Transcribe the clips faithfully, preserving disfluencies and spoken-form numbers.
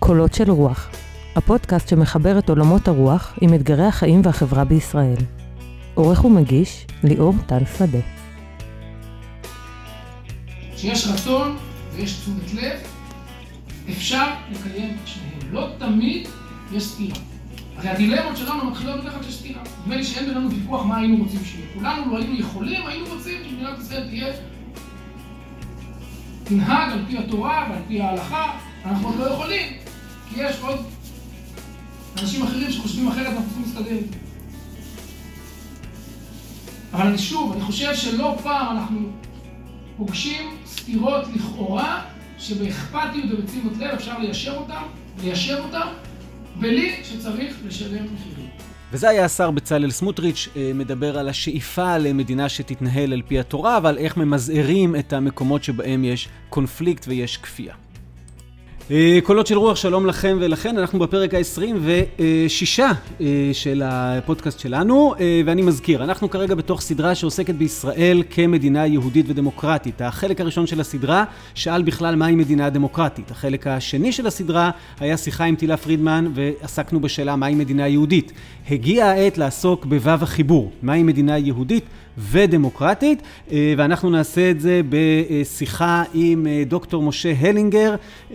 קולות של רוח, הפודקאסט שמחבר את עולמות הרוח עם אתגרי החיים והחברה בישראל. עורך ומגיש, ליאור טל שדה. כשיש רצון ויש תשומת לב, אפשר לקיים את שניהם. לא תמיד יש סתירה. הרי הדילמות שלנו מתחילות בדרך כלל שיש סתירה. נדמה לי שאין בינינו ויכוח מה היינו רוצים שיהיה. כולנו לא היינו יכולים, היינו רוצים שמדינת ישראל תהיה תנהג על פי התורה ועל פי ההלכה. אנחנו עוד לא יכולים, כי יש עוד אנשים אחרים שחושבים אחרת, אנחנו צריכים להסתדר. אבל אני שוב, אני חושב שלא פעם אנחנו פוגשים סתירות לכאורה, שבאכפתיות ובצינות לב אפשר ליישר אותם, ליישר אותם, בלי שצריך לשלם מחירים. וזה היה השר בצלאל סמוטריץ' מדבר על השאיפה למדינה שתתנהל על פי התורה, אבל איך ממזערים את המקומות שבהם יש קונפליקט ויש כפייה. קולות של רוח, שלום לכם ולכן, אנחנו בפרק ה-עשרים ושש של הפודקאסט שלנו, ואני מזכיר, אנחנו כרגע בתוך סדרה שעוסקת בישראל כמדינה יהודית ודמוקרטית. החלק הראשון של הסדרה שאל בכלל מהי מדינה דמוקרטית. החלק השני של הסדרה היה שיחה עם תהילה פרידמן ועסקנו בשאלה מהי מדינה יהודית. הגיעה העת לעסוק בו"ב החיבור, מהי מדינה יהודית ודמוקרטית, ואנחנו נעשה את זה בשיחה עם דוקטור משה הלינגר,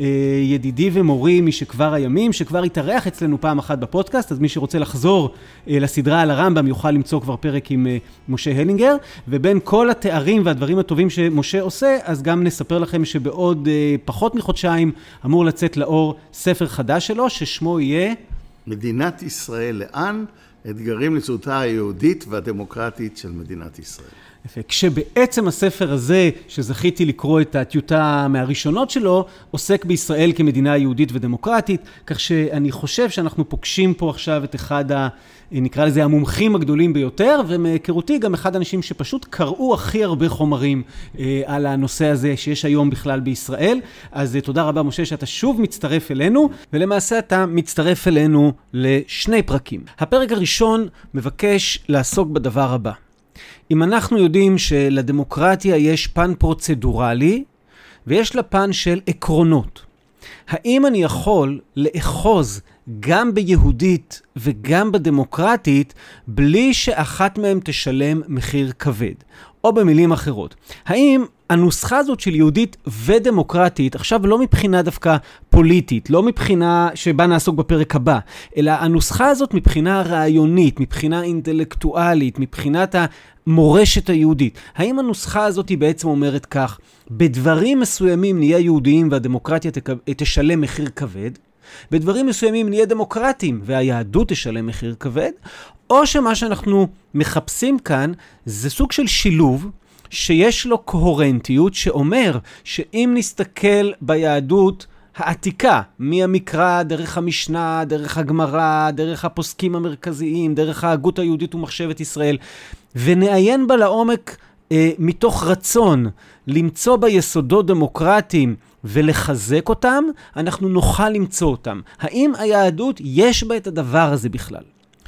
ידידי ומורי משכבר הימים, שכבר התארח אצלנו פעם אחת בפודקאסט, אז מי שרוצה לחזור לסדרה על הרמב"ם יוכל למצוא כבר פרק עם משה הלינגר, ובין כל התארים והדברים הטובים שמשה עושה, אז גם נספר לכם שבעוד פחות מחודשיים אמור לצאת לאור ספר חדש שלו, ששמו יהיה מדינת ישראל לאן? אתגרים לזהותה היהודית והדמוקרטית של מדינת ישראל. יפה. כשבעצם הספר הזה, שזכיתי לקרוא את הטיוטה מהראשונות שלו, עוסק בישראל כמדינה יהודית ודמוקרטית, כך שאני חושב שאנחנו פוגשים פה עכשיו את אחד ה... נקרא לזה המומחים הגדולים ביותר, ומהיכרותי גם אחד האנשים שפשוט קראו הכי הרבה חומרים אה, על הנושא הזה שיש היום בכלל בישראל. אז תודה רבה משה שאתה שוב מצטרף אלינו, ולמעשה אתה מצטרף אלינו לשני פרקים. הפרק הראשון מבקש לעסוק בדבר הבא. אם אנחנו יודעים שלדמוקרטיה יש פן פרוצדורלי, ויש לה פן של עקרונות, האם אני יכול לאחוז גם ביהודית וגם בדמוקרטית בלי שאחת מהם תשלם מחיר כבד? או במילים אחרות, האם הנוסחה הזאת של יהודית ודמוקרטית, עכשיו לא מבחינה דווקא פוליטית, לא מבחינה שבה נעסוק בפרק הבא, אלא הנוסחה הזאת מבחינה רעיונית, מבחינה אינטלקטואלית, מבחינת המורשת היהודית, האם הנוסחה הזאת היא בעצם אומרת כך, בדברים מסוימים נהיה יהודיים והדמוקרטיה תשלם מחיר כבד, בדברים מסוימים נהיה דמוקרטיים והיהדות תשלם מחיר כבד, או שמה שאנחנו מחפשים כאן זה סוג של שילוב שיש לו קוהרנטיות, שאומר שאם נסתכל ביהדות העתיקה, מהמקרא, דרך המשנה, דרך הגמרא, דרך הפוסקים המרכזיים, דרך ההגות היהודית ומחשבת ישראל, ונעיין בה לעומק אה, מתוך רצון למצוא ביסודות דמוקרטיים ולחזק אותם, אנחנו נוכל למצוא אותם. האם היהדות יש בה את הדבר הזה בכלל?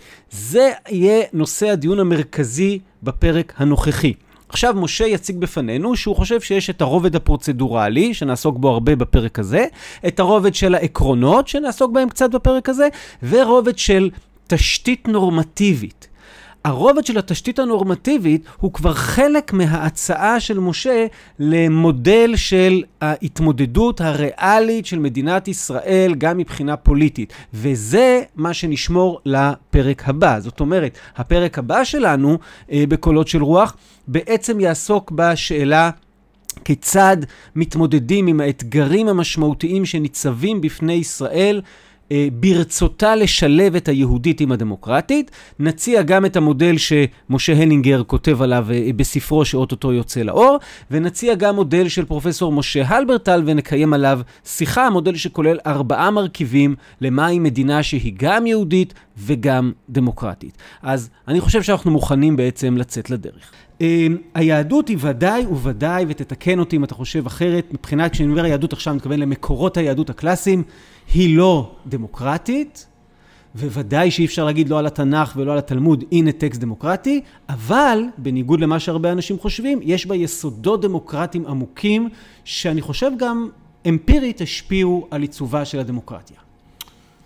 זה יהיה נושא הדיון המרכזי בפרק הנוכחי. עכשיו משה יציג בפנינו שהוא חושב שיש את הרובד הפרוצדורלי, שנעסוק בו הרבה בפרק הזה, את הרובד של העקרונות, שנעסוק בהם קצת בפרק הזה, ורובד של תשתית נורמטיבית. הרובד של התשתית הנורמטיבית הוא כבר חלק מההצעה של משה למודל של ההתמודדות הריאלית של מדינת ישראל גם מבחינה פוליטית. וזה מה שנשמור לפרק הבא. זאת אומרת, הפרק הבא שלנו בקולות של רוח בעצם יעסוק בשאלה כיצד מתמודדים עם האתגרים המשמעותיים שניצבים בפני ישראל ברצותה לשלב את היהודית עם הדמוקרטית. נציע גם את המודל שמשה הלינגר כותב עליו בספרו שאוטוטו יוצא לאור, ונציע גם מודל של פרופסור משה הלברטל ונקיים עליו שיחה, מודל שכולל ארבעה מרכיבים למהי מדינה שהיא גם יהודית וגם דמוקרטית. אז אני חושב שאנחנו מוכנים בעצם לצאת לדרך. היהדות היא ודאי וודאי, ותתקן אותי אם אתה חושב אחרת, מבחינת כשאני אומר היהדות עכשיו אני מתכוון למקורות היהדות הקלאסיים, היא לא דמוקרטית, וודאי שאי אפשר להגיד לא על התנ"ך ולא על התלמוד, הנה טקסט דמוקרטי, אבל בניגוד למה שהרבה אנשים חושבים, יש בה יסודות דמוקרטיים עמוקים, שאני חושב גם אמפירית השפיעו על עיצובה של הדמוקרטיה.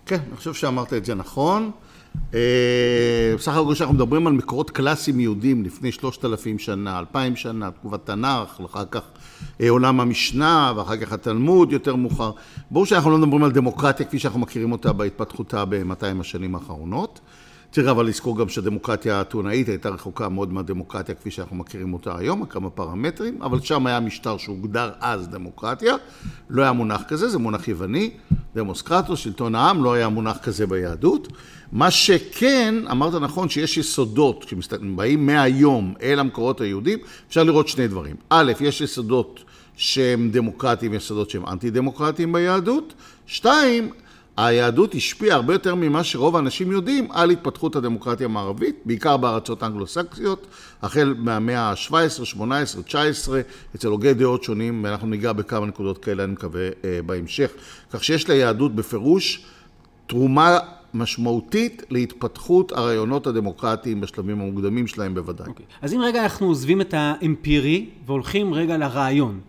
כן, אני חושב שאמרת את זה נכון. בסך הכל שאנחנו מדברים על מקורות קלאסיים יהודים לפני שלושת אלפים שנה, אלפיים שנה, תקופת תנ"ך, אחר כך עולם המשנה, ואחר כך התלמוד יותר מאוחר. ברור שאנחנו לא מדברים על דמוקרטיה כפי שאנחנו מכירים אותה בהתפתחותה ב-מאתיים השנים האחרונות. צריך אבל לזכור גם שהדמוקרטיה האתונאית הייתה רחוקה מאוד מהדמוקרטיה כפי שאנחנו מכירים אותה היום, כמה פרמטרים, אבל שם היה משטר שהוגדר אז דמוקרטיה, לא היה מונח כזה, זה מונח יווני, דמוס קרטוס, שלטון העם, לא היה מונח כזה ביהדות. מה שכן, אמרת נכון שיש יסודות, כשבאים מהיום אל המקורות היהודים, אפשר לראות שני דברים. א', יש יסודות שהם דמוקרטיים, יסודות שהם אנטי-דמוקרטיים ביהדות. שתיים, היהדות השפיעה הרבה יותר ממה שרוב האנשים יודעים על התפתחות הדמוקרטיה המערבית, בעיקר בארצות אנגלו-סקסיות, החל מהמאה ה-שבע עשרה, שמונה עשרה, תשע עשרה, אצל הוגי דעות שונים, ואנחנו ניגע בכמה נקודות כאלה, אני מקווה, בהמשך. כך שיש ליהדות בפירוש תרומה משמעותית להתפתחות הרעיונות הדמוקרטיים בשלבים המוקדמים שלהם בוודאי. Okay. אז אם רגע אנחנו עוזבים את האמפירי והולכים רגע לרעיון,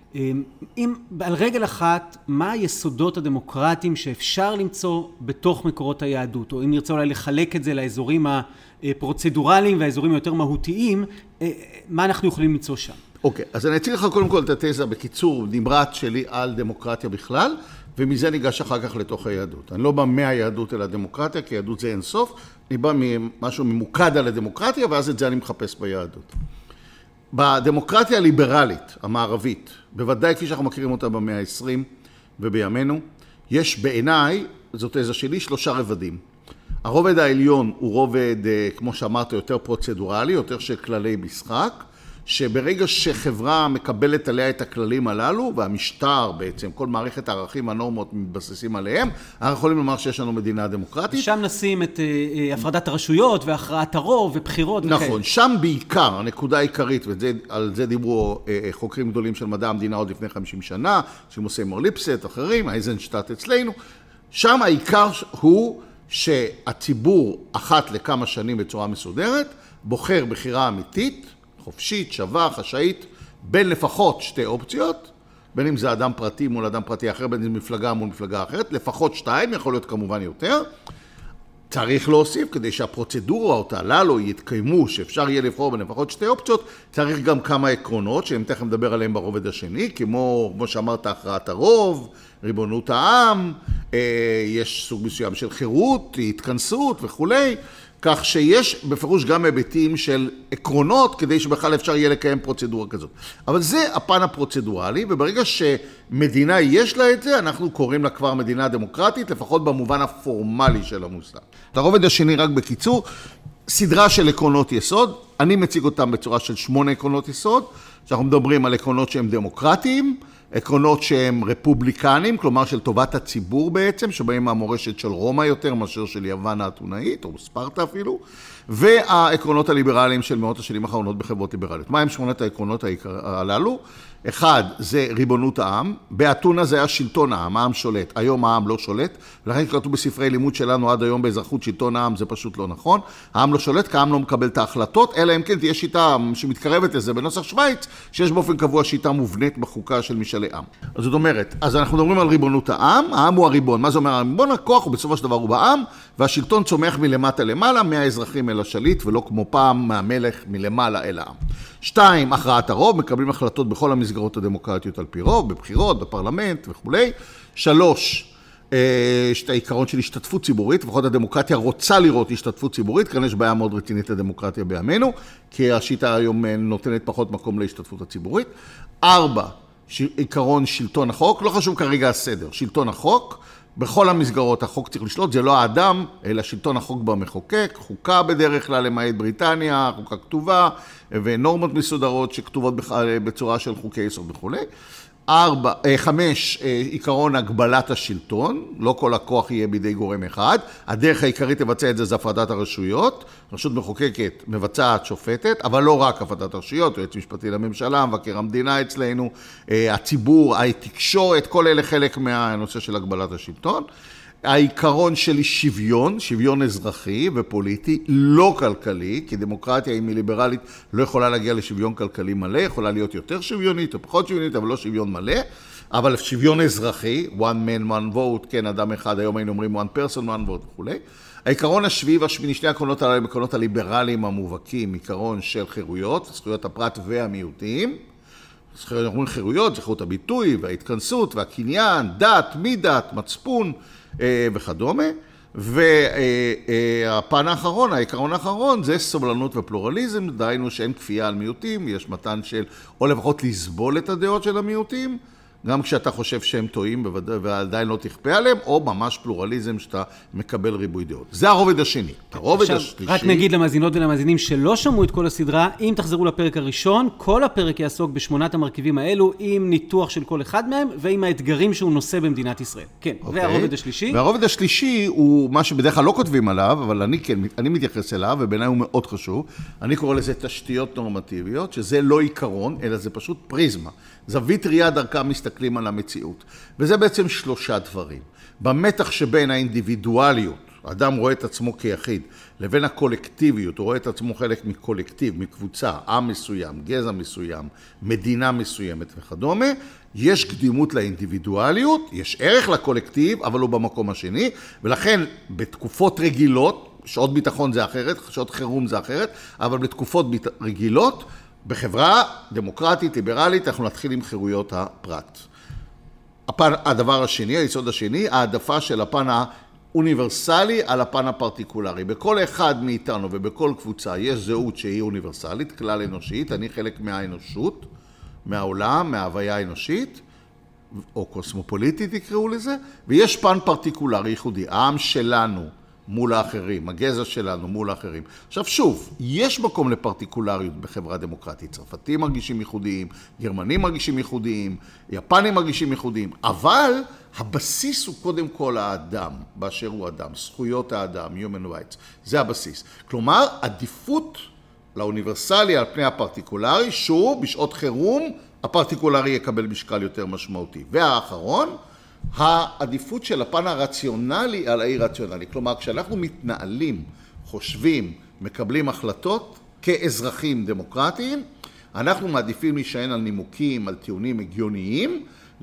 אם על רגל אחת, מה היסודות הדמוקרטיים שאפשר למצוא בתוך מקורות היהדות, או אם נרצה אולי לחלק את זה לאזורים הפרוצדורליים והאזורים היותר מהותיים, מה אנחנו יכולים למצוא שם? אוקיי, okay, אז אני אציג לך קודם כל את התזה בקיצור נמרץ שלי על דמוקרטיה בכלל, ומזה ניגש אחר כך לתוך היהדות. אני לא בא מהיהדות אל הדמוקרטיה, כי יהדות זה אין סוף, אני בא ממשהו ממוקד על הדמוקרטיה, ואז את זה אני מחפש ביהדות. בדמוקרטיה הליברלית, המערבית, בוודאי כפי שאנחנו מכירים אותה במאה ה-עשרים ובימינו, יש בעיניי, זאת תזה שלי, שלושה רבדים. הרובד העליון הוא רובד, כמו שאמרת, יותר פרוצדורלי, יותר של כללי משחק, שברגע שחברה מקבלת עליה את הכללים הללו, והמשטר בעצם, כל מערכת הערכים הנורמות מתבססים עליהם, אנחנו יכולים לומר שיש לנו מדינה דמוקרטית. שם נשים את uh, הפרדת הרשויות והכרעת הרוב ובחירות. נכון, וכאלה. שם בעיקר, הנקודה העיקרית, ועל זה דיברו uh, חוקרים גדולים של מדע המדינה עוד לפני חמישים שנה, שמוסיימור ליפסט, אחרים, אייזנשטאט אצלנו, שם העיקר הוא שהציבור אחת לכמה שנים בצורה מסודרת, בוחר בחירה אמיתית, חופשית, שווה, חשאית, בין לפחות שתי אופציות, בין אם זה אדם פרטי מול אדם פרטי אחר, בין אם זה מפלגה מול מפלגה אחרת, לפחות שתיים, יכול להיות כמובן יותר. צריך להוסיף, כדי שהפרוצדורות הללו יתקיימו, שאפשר יהיה לבחור בין לפחות שתי אופציות, צריך גם כמה עקרונות, שאני תכף מדבר עליהם ברובד השני, כמו, כמו שאמרת, הכרעת הרוב, ריבונות העם, יש סוג מסוים של חירות, התכנסות וכולי, כך שיש בפירוש גם היבטים של עקרונות, כדי שבכלל אפשר יהיה לקיים פרוצדורה כזאת. אבל זה הפן הפרוצדורלי, וברגע שמדינה יש לה את זה, אנחנו קוראים לה כבר מדינה דמוקרטית, לפחות במובן הפורמלי של המושג. הרובד השני, רק בקיצור, סדרה של עקרונות יסוד, אני מציג אותם בצורה של שמונה עקרונות יסוד, שאנחנו מדברים על עקרונות שהם דמוקרטיים, עקרונות שהם רפובליקנים, כלומר של טובת הציבור בעצם, שבהם המורשת של רומא יותר מאשר של יוון האתונאית, או ספרטה אפילו, והעקרונות הליברליים של מאות השנים האחרונות בחברות ליברליות. מה הם שמונת העקרונות הללו? אחד, זה ריבונות העם. באתונה זה היה שלטון העם, העם שולט. היום העם לא שולט, ולכן כתוב בספרי לימוד שלנו עד היום באזרחות שלטון העם, זה פשוט לא נכון. העם לא שולט, כי העם לא מקבל את ההחלטות, אלא אם כן תהיה שיטה שמתקרבת לזה בנוסח שוויץ, שיש באופן קבוע שיטה מובנית בחוקה של משאלי עם. אז זאת אומרת, אז אנחנו מדברים על ריבונות העם, העם הוא הריבון. מה זה אומר הריבון? הכוח הוא בסופו של דבר הוא בעם, והשלטון צומח מלמטה למעלה, מהאזרחים אל השליט, ולא כמו פעם מהמלך מלמעלה אל העם. שתיים, הכרעת הרוב, מקבלים החלטות בכל המסגרות הדמוקרטיות על פי רוב, בבחירות, בפרלמנט וכו'. שלוש, יש את העיקרון של השתתפות ציבורית, לפחות הדמוקרטיה רוצה לראות השתתפות ציבורית, כאן יש בעיה מאוד רצינית לדמוקרטיה בימינו, כי השיטה היום נותנת פחות מקום להשתתפות הציבורית. ארבע, עיקרון שלטון החוק, לא חשוב כרגע הסדר, שלטון החוק, בכל המסגרות החוק צריך לשלוט, זה לא האדם, אלא שלטון החוק במחוקק, חוקה בדרך כלל למעט בריטניה, חוקה כתובה, ונורמות מסודרות שכתובות בצורה של חוקי יסוד וכו'. ארבע, חמש, עיקרון הגבלת השלטון, לא כל הכוח יהיה בידי גורם אחד, הדרך העיקרית לבצע את זה זה הפרדת הרשויות, רשות מחוקקת מבצעת שופטת, אבל לא רק הפרדת הרשויות, יועץ משפטי לממשלה, מבקר המדינה אצלנו, הציבור, התקשורת, כל אלה חלק מהנושא של הגבלת השלטון. העיקרון של שוויון, שוויון אזרחי ופוליטי, לא כלכלי, כי דמוקרטיה אם היא ליברלית לא יכולה להגיע לשוויון כלכלי מלא, יכולה להיות יותר שוויונית או פחות שוויונית, אבל לא שוויון מלא. אבל שוויון אזרחי, one man, one vote, כן, אדם אחד, היום היינו אומרים one person, one vote וכו'. העיקרון השביעי והשמיני, שני העקרונות האלה הם עקרונות הליברליים המובהקים, עיקרון של חירויות, זכויות הפרט והמיעוטים. אנחנו אומרים חירויות, זכות הביטוי וההתכנסות והקניין, דת, מידת, מצפון וכדומה. והפן האחרון, העיקרון האחרון, זה סובלנות ופלורליזם, דהיינו שאין כפייה על מיעוטים, יש מתן של, או לפחות לסבול את הדעות של המיעוטים, גם כשאתה חושב שהם טועים ועדיין לא תכפה עליהם, או ממש פלורליזם שאתה מקבל ריבוי דעות. זה הרובד השני. הרובד השלישי... רק נגיד למאזינות ולמאזינים שלא שמעו את כל הסדרה, אם תחזרו לפרק הראשון, כל הפרק יעסוק בשמונת המרכיבים האלו, עם ניתוח של כל אחד מהם, ועם האתגרים שהוא נושא במדינת ישראל. כן, okay. והרובד השלישי? והרובד השלישי הוא מה שבדרך כלל לא כותבים עליו, אבל אני כן, אני מתייחס אליו, ובעיניי הוא מאוד חשוב. אני קורא לזה תשתיות נורמטיביות, שזה לא עיקרון, אלא זה פשוט פריזמה. זווית ראייה דרכה מסתכלים על המציאות. וזה בעצם שלושה דברים. במתח שבין האינדיבידואליות, האדם רואה את עצמו כיחיד, לבין הקולקטיביות, הוא רואה את עצמו חלק מקולקטיב, מקבוצה, עם מסוים, גזע מסוים, מדינה מסוימת וכדומה, יש קדימות לאינדיבידואליות, יש ערך לקולקטיב, אבל הוא במקום השני, ולכן בתקופות רגילות, שעות ביטחון זה אחרת, שעות חירום זה אחרת, אבל בתקופות רגילות, בחברה דמוקרטית, ליברלית, אנחנו נתחיל עם חירויות הפרט. הפן, הדבר השני, היסוד השני, העדפה של הפן האוניברסלי על הפן הפרטיקולרי. בכל אחד מאיתנו ובכל קבוצה יש זהות שהיא אוניברסלית, כלל אנושית, אני חלק מהאנושות, מהעולם, מההוויה האנושית, או קוסמופוליטית יקראו לזה, ויש פן פרטיקולרי ייחודי, העם שלנו, מול האחרים, הגזע שלנו מול האחרים. עכשיו שוב, יש מקום לפרטיקולריות בחברה דמוקרטית. צרפתים מרגישים ייחודיים, גרמנים מרגישים ייחודיים, יפנים מרגישים ייחודיים, אבל הבסיס הוא קודם כל האדם, באשר הוא אדם, זכויות האדם, human rights, זה הבסיס. כלומר, עדיפות לאוניברסלי על פני הפרטיקולרי, שוב, בשעות חירום, הפרטיקולרי יקבל משקל יותר משמעותי. והאחרון, העדיפות של הפן הרציונלי על האי-רציונלי. כלומר, כשאנחנו מתנהלים, חושבים, מקבלים החלטות כאזרחים דמוקרטיים, אנחנו מעדיפים להישען על נימוקים, על טיעונים הגיוניים,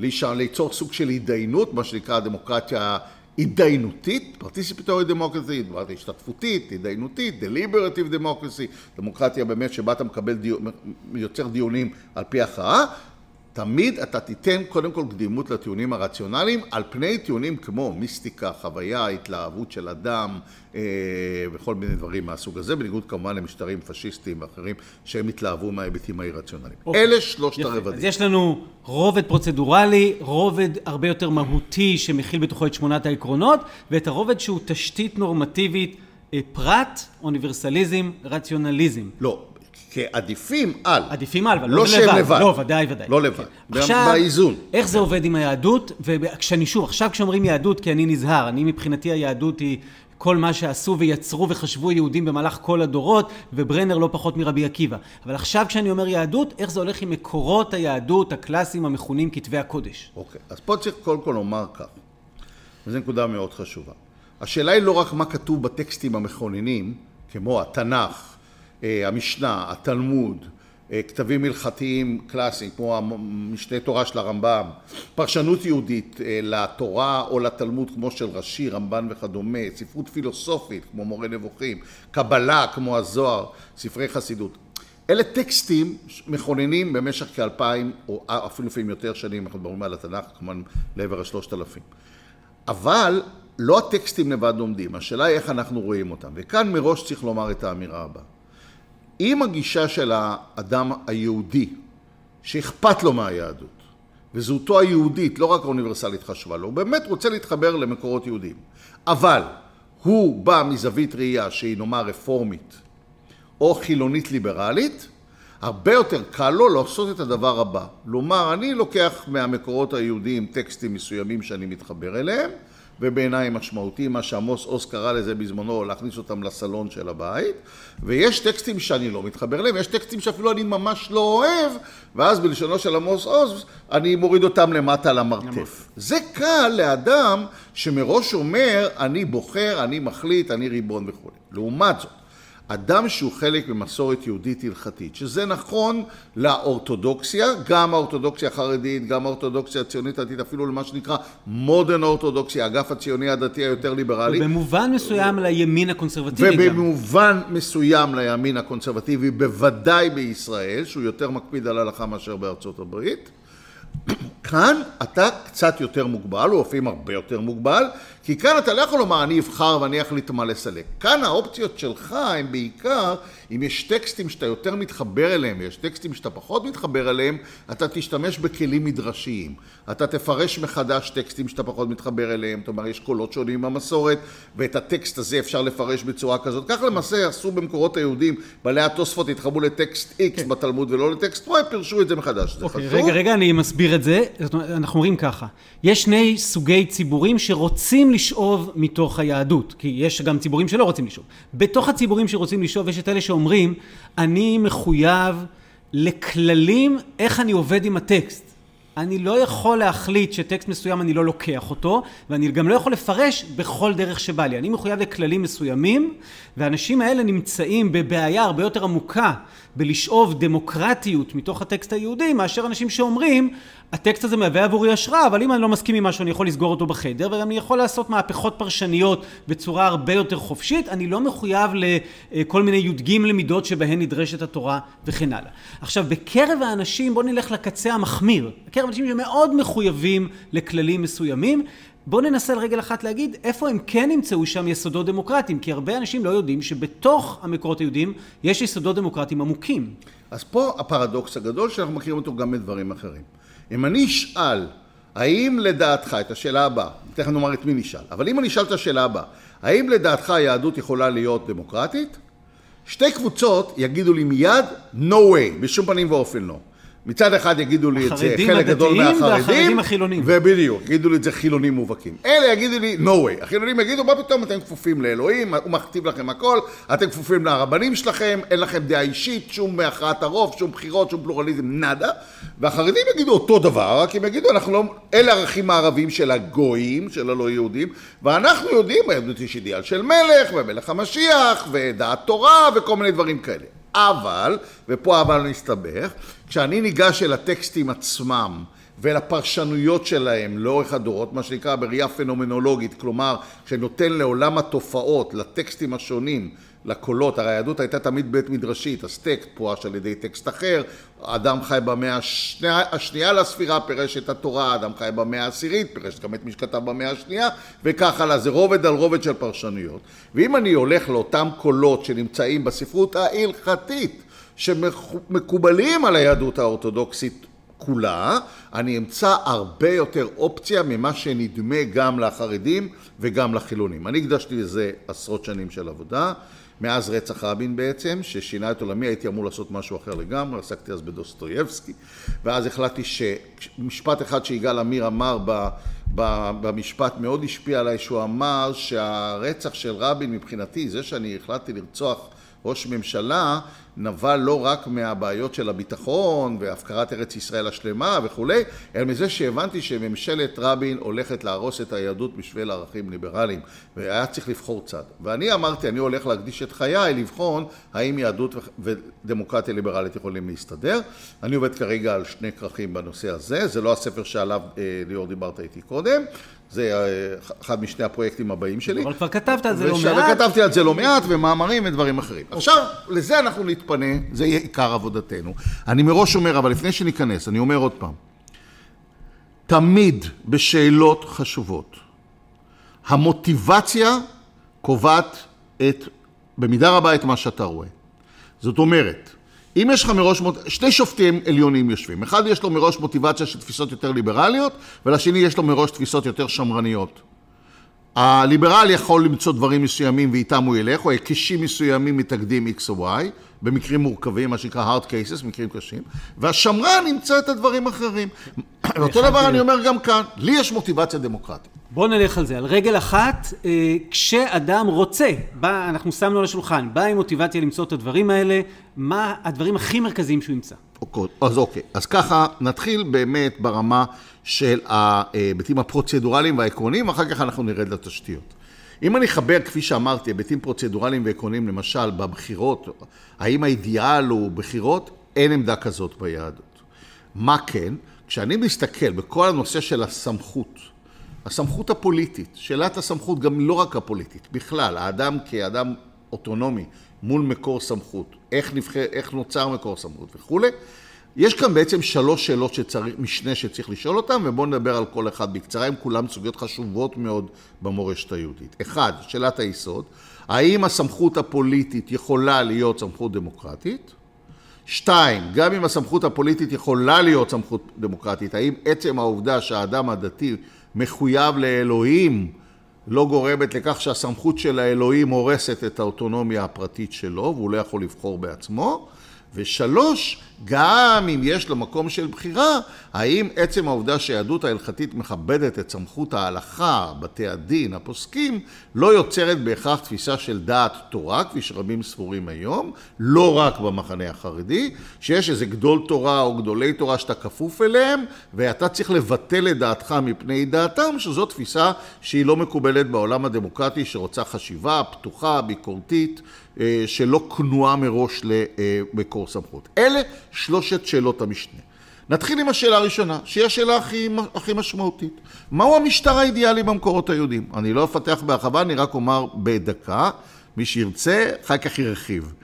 ליצור סוג של התדיינות, מה שנקרא דמוקרטיה התדיינותית, participatory democracy, דמוקרטיה השתתפותית, התדיינותית, deliberative democracy, דמוקרטיה באמת שבה אתה מקבל דיון, יוצר דיונים על פי הכרעה, תמיד אתה תיתן קודם כל קדימות לטיעונים הרציונליים, על פני טיעונים כמו מיסטיקה, חוויה, התלהבות של אדם, אה, וכל מיני דברים מהסוג הזה, בניגוד כמובן למשטרים פשיסטיים ואחרים, שהם התלהבו מההיבטים האי-רציונליים. אוקיי. אלה שלושת יפה. הרבדים. אז יש לנו רובד פרוצדורלי, רובד הרבה יותר מהותי, שמכיל בתוכו את שמונת העקרונות, ואת הרובד שהוא תשתית נורמטיבית, פרט, אוניברסליזם, רציונליזם. לא. כעדיפים על. עדיפים על, אבל לא שהם לבד. לא, ודאי, ודאי. לא לבד. עכשיו, באיזון. איך זה עובד עם היהדות? וכשאני שוב, עכשיו כשאומרים יהדות, כי אני נזהר, אני מבחינתי היהדות היא כל מה שעשו ויצרו וחשבו יהודים במהלך כל הדורות, וברנר לא פחות מרבי עקיבא. אבל עכשיו כשאני אומר יהדות, איך זה הולך עם מקורות היהדות הקלאסיים המכונים כתבי הקודש? אוקיי, אז פה צריך קודם כל לומר כך. וזו נקודה מאוד חשובה. השאלה היא לא רק מה כתוב בטקסטים המכוננים, כמו התנ"ך, המשנה, התלמוד, כתבים הלכתיים קלאסיים, כמו המשנה תורה של הרמב"ם, פרשנות יהודית לתורה או לתלמוד כמו של רש"י, רמב"ן וכדומה, ספרות פילוסופית כמו מורה נבוכים, קבלה כמו הזוהר, ספרי חסידות. אלה טקסטים מכוננים במשך כאלפיים או אפילו לפעמים יותר שנים, אנחנו מדברים על התנ"ך כמובן לעבר השלושת אלפים. אבל לא הטקסטים לבד עומדים, השאלה היא איך אנחנו רואים אותם. וכאן מראש צריך לומר את האמירה הבאה. אם הגישה של האדם היהודי, שאכפת לו מהיהדות, וזהותו היהודית, לא רק האוניברסלית חשובה לו, הוא באמת רוצה להתחבר למקורות יהודיים. אבל הוא בא מזווית ראייה שהיא נאמר רפורמית, או חילונית ליברלית, הרבה יותר קל לו לעשות את הדבר הבא. לומר, אני לוקח מהמקורות היהודיים טקסטים מסוימים שאני מתחבר אליהם, ובעיניי משמעותי, מה שעמוס עוז קרא לזה בזמנו, להכניס אותם לסלון של הבית, ויש טקסטים שאני לא מתחבר אליהם, יש טקסטים שאפילו אני ממש לא אוהב, ואז בלשונו של עמוס עוז, אני מוריד אותם למטה למרתף. זה קל לאדם שמראש אומר, אני בוחר, אני מחליט, אני ריבון וכו'. לעומת זאת, אדם שהוא חלק ממסורת יהודית הלכתית, שזה נכון לאורתודוקסיה, גם האורתודוקסיה החרדית, גם האורתודוקסיה הציונית הדתית, אפילו למה שנקרא מודרן אורתודוקסיה, האגף הציוני הדתי היותר ליברלי. ובמובן מסוים לימין הקונסרבטיבי גם. ובמובן מסוים לימין הקונסרבטיבי, בוודאי בישראל, שהוא יותר מקפיד על הלכה מאשר בארצות הברית. כאן אתה קצת יותר מוגבל, או לפעמים הרבה יותר מוגבל, כי כאן אתה לא יכול לומר, אני אבחר ואני אחליט מה לסלק. כאן האופציות שלך הן בעיקר, אם יש טקסטים שאתה יותר מתחבר אליהם, ויש טקסטים שאתה פחות מתחבר אליהם, אתה תשתמש בכלים מדרשיים. אתה תפרש מחדש טקסטים שאתה פחות מתחבר אליהם, זאת אומרת, יש קולות שונים במסורת, ואת הטקסט הזה אפשר לפרש בצורה כזאת. כך למעשה עשו במקורות היהודים, בעלי התוספות התחברו לטקסט X okay. בתלמוד ולא לטקסט Y, פירשו את זה מחדש. זה okay, חשוב. רגע, רגע, אני מסביר את זה. אנחנו אומרים ככה, יש שני סוגי ציבורים שרוצים לשאוב מתוך היהדות, כי יש גם ציבורים שלא רוצים לשאוב. בתוך הציבורים שרוצים לשאוב, יש את אלה שאומרים, אני מחויב לכללים איך אני עובד עם הטקסט. אני לא יכול להחליט שטקסט מסוים אני לא לוקח אותו, ואני גם לא יכול לפרש בכל דרך שבא לי. אני מחויב לכללים מסוימים, והאנשים האלה נמצאים בבעיה הרבה יותר עמוקה בלשאוב דמוקרטיות מתוך הטקסט היהודי, מאשר אנשים שאומרים, הטקסט הזה מהווה עבורי השראה, אבל אם אני לא מסכים עם משהו, אני יכול לסגור אותו בחדר, וגם אני יכול לעשות מהפכות פרשניות בצורה הרבה יותר חופשית, אני לא מחויב לכל מיני יודגים למידות שבהן נדרשת התורה וכן הלאה. עכשיו, בקרב האנשים, בואו נלך לקצה המחמיר, בקרב האנשים שמאוד מחויבים לכללים מסוימים, בואו ננסה לרגל אחת להגיד איפה הם כן נמצאו שם יסודות דמוקרטיים, כי הרבה אנשים לא יודעים שבתוך המקורות היהודים יש יסודות דמוקרטיים עמוקים. אז פה הפרדוקס הגדול שאנחנו מכירים אותו גם בדברים אחרים. אם אני אשאל, האם לדעתך, את השאלה הבאה, תכף נאמר את מי נשאל, אבל אם אני אשאל את השאלה הבאה, האם לדעתך היהדות יכולה להיות דמוקרטית? שתי קבוצות יגידו לי מיד, no way, בשום פנים ואופן לא. מצד אחד יגידו לי את זה חלק גדול מהחרדים, ובדיוק, יגידו לי את זה חילונים מובהקים. אלה יגידו לי, no way. החילונים יגידו, מה פתאום אתם כפופים לאלוהים, הוא מכתיב לכם הכל, אתם כפופים לרבנים שלכם, אין לכם דעה אישית, שום בהכרעת הרוב, שום בחירות, שום פלורליזם, נדה. והחרדים יגידו אותו דבר, רק הם יגידו, אנחנו לא, אלה ערכים הערבים של הגויים, של הלא יהודים, ואנחנו יודעים, ביהדות יש אידיאל של מלך, ומלך המשיח, ודעת תורה, וכל מיני דברים כאלה. אבל, ופה אבל נסתבך, כשאני ניגש אל הטקסטים עצמם ולפרשנויות שלהם לאורך הדורות, מה שנקרא בראייה פנומנולוגית, כלומר, כשנותן לעולם התופעות, לטקסטים השונים, לקולות, הרי היהדות הייתה תמיד בית מדרשית, אז טקסט פורש על ידי טקסט אחר, אדם חי במאה השנייה, השנייה לספירה, פירש את התורה, אדם חי במאה העשירית, פירש גם את מי שכתב במאה השנייה, וכך הלאה, זה רובד על רובד של פרשנויות. ואם אני הולך לאותם קולות שנמצאים בספרות ההלכתית, שמקובלים על היהדות האורתודוקסית כולה, אני אמצא הרבה יותר אופציה ממה שנדמה גם לחרדים וגם לחילונים. אני הקדשתי לזה עשרות שנים של עבודה, מאז רצח רבין בעצם, ששינה את עולמי, הייתי אמור לעשות משהו אחר לגמרי, עסקתי אז בדוסטויבסקי, ואז החלטתי שמשפט אחד שיגאל עמיר אמר ב, ב, במשפט מאוד השפיע עליי, שהוא אמר שהרצח של רבין מבחינתי, זה שאני החלטתי לרצוח ראש ממשלה, נבע לא רק מהבעיות של הביטחון והפקרת ארץ ישראל השלמה וכו', אלא מזה שהבנתי שממשלת רבין הולכת להרוס את היהדות בשביל ערכים ליברליים, והיה צריך לבחור צד. ואני אמרתי, אני הולך להקדיש את חיי לבחון האם יהדות ודמוקרטיה ליברלית יכולים להסתדר. אני עובד כרגע על שני כרכים בנושא הזה, זה לא הספר שעליו ליאור דיברת איתי קודם, זה אחד משני הפרויקטים הבאים שלי. אבל כבר כתבת על זה לא מעט. וכתבתי על זה לא מעט, ומאמרים ודברים אחרים. עכשיו, לזה אנחנו נתפנה, זה יהיה עיקר עבודתנו. אני מראש אומר, אבל לפני שניכנס, אני אומר עוד פעם, תמיד בשאלות חשובות, המוטיבציה קובעת את, במידה רבה את מה שאתה רואה. זאת אומרת, אם יש לך מראש, שני שופטים עליונים יושבים, אחד יש לו מראש מוטיבציה של תפיסות יותר ליברליות, ולשני יש לו מראש תפיסות יותר שמרניות. הליברל יכול למצוא דברים מסוימים ואיתם הוא ילך, או היקשים מסוימים מתקדים X או Y, במקרים מורכבים, מה שנקרא hard cases, מקרים קשים, והשמרן נמצא את הדברים האחרים. ואותו דבר אני אומר גם כאן, לי יש מוטיבציה דמוקרטית. בואו נלך על זה, על רגל אחת, כשאדם רוצה, בא, אנחנו שמנו על השולחן, בא עם מוטיבציה למצוא את הדברים האלה, מה הדברים הכי מרכזיים שהוא ימצא? אז אוקיי, אז ככה נתחיל באמת ברמה של ההיבטים הפרוצדורליים והעקרוניים, ואחר כך אנחנו נרד לתשתיות. אם אני אחבר, כפי שאמרתי, היבטים פרוצדורליים ועקרוניים, למשל, בבחירות, האם האידיאל הוא בחירות, אין עמדה כזאת ביהדות. מה כן? כשאני מסתכל בכל הנושא של הסמכות, הסמכות הפוליטית, שאלת הסמכות גם לא רק הפוליטית, בכלל, האדם כאדם אוטונומי מול מקור סמכות, איך, נבחר, איך נוצר מקור סמכות וכו'. יש כאן בעצם שלוש שאלות שצריך, משנה שצריך לשאול אותן, ובואו נדבר על כל אחד בקצרה, עם כולם סוגיות חשובות מאוד במורשת היהודית. אחד, שאלת היסוד, האם הסמכות הפוליטית יכולה להיות סמכות דמוקרטית? שתיים, גם אם הסמכות הפוליטית יכולה להיות סמכות דמוקרטית, האם עצם העובדה שהאדם הדתי מחויב לאלוהים לא גורמת לכך שהסמכות של האלוהים הורסת את האוטונומיה הפרטית שלו, והוא לא יכול לבחור בעצמו? ושלוש, גם אם יש לו מקום של בחירה, האם עצם העובדה שהיהדות ההלכתית מכבדת את סמכות ההלכה, בתי הדין, הפוסקים, לא יוצרת בהכרח תפיסה של דעת תורה, כפי שרבים ספורים היום, לא רק במחנה החרדי, שיש איזה גדול תורה או גדולי תורה שאתה כפוף אליהם, ואתה צריך לבטל את דעתך מפני דעתם, שזו תפיסה שהיא לא מקובלת בעולם הדמוקרטי, שרוצה חשיבה פתוחה, ביקורתית, שלא כנועה מראש למקור סמכות. אלה שלושת שאלות המשנה. נתחיל עם השאלה הראשונה, שהיא השאלה הכי, הכי משמעותית. מהו המשטר האידיאלי במקורות היהודים? אני לא אפתח בהרחבה, אני רק אומר בדקה, מי שירצה, אחר כך ירחיב.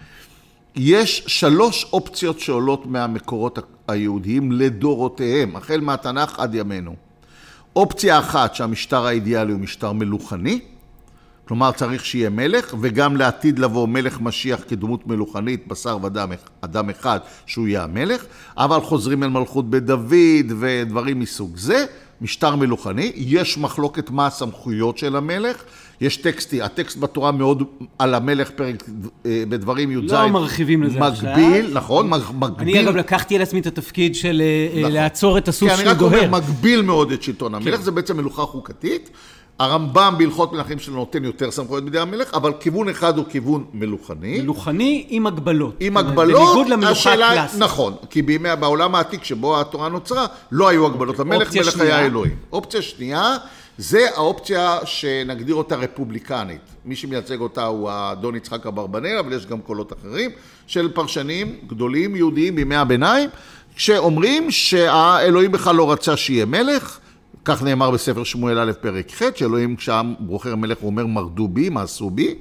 יש שלוש אופציות שעולות מהמקורות היהודיים לדורותיהם, החל מהתנ"ך עד ימינו. אופציה אחת שהמשטר האידיאלי הוא משטר מלוכני, כלומר צריך שיהיה מלך, וגם לעתיד לבוא מלך משיח כדמות מלוכנית, בשר ודם, אדם אחד שהוא יהיה המלך, אבל חוזרים אל מלכות בדוד ודברים מסוג זה, משטר מלוכני, יש מחלוקת מה הסמכויות של המלך, יש טקסטי, הטקסט בתורה מאוד על המלך פרק בדברים י"ז. לא מרחיבים לזה עכשיו. מגביל, נכון, מגביל. אני אגב לקחתי על עצמי את התפקיד של לעצור את הסוס שהוא דוהר. כי אני רק אומר, מגביל מאוד את שלטון המלך, זה בעצם מלוכה חוקתית. הרמב"ם בהלכות מלכים שלו נותן יותר סמכויות בידי המלך, אבל כיוון אחד הוא כיוון מלוכני. מלוכני עם הגבלות. עם הגבלות. בניגוד למלוכה הקלאסית. נכון, כי בימי, בעולם העתיק שבו התורה נוצרה, לא היו הגבלות למלך, מלך היה אלוהים. אופציה שנייה, זה האופציה שנגדיר אותה רפובליקנית. מי שמייצג אותה הוא האדון יצחק אברבנאל, אבל יש גם קולות אחרים של פרשנים גדולים יהודיים בימי הביניים, שאומרים שהאלוהים בכלל לא רצה שיהיה מלך, כך נאמר בספר שמואל א' פרק ח', שאלוהים כשם בוחר מלך הוא אומר מרדו בי, מעשו בי,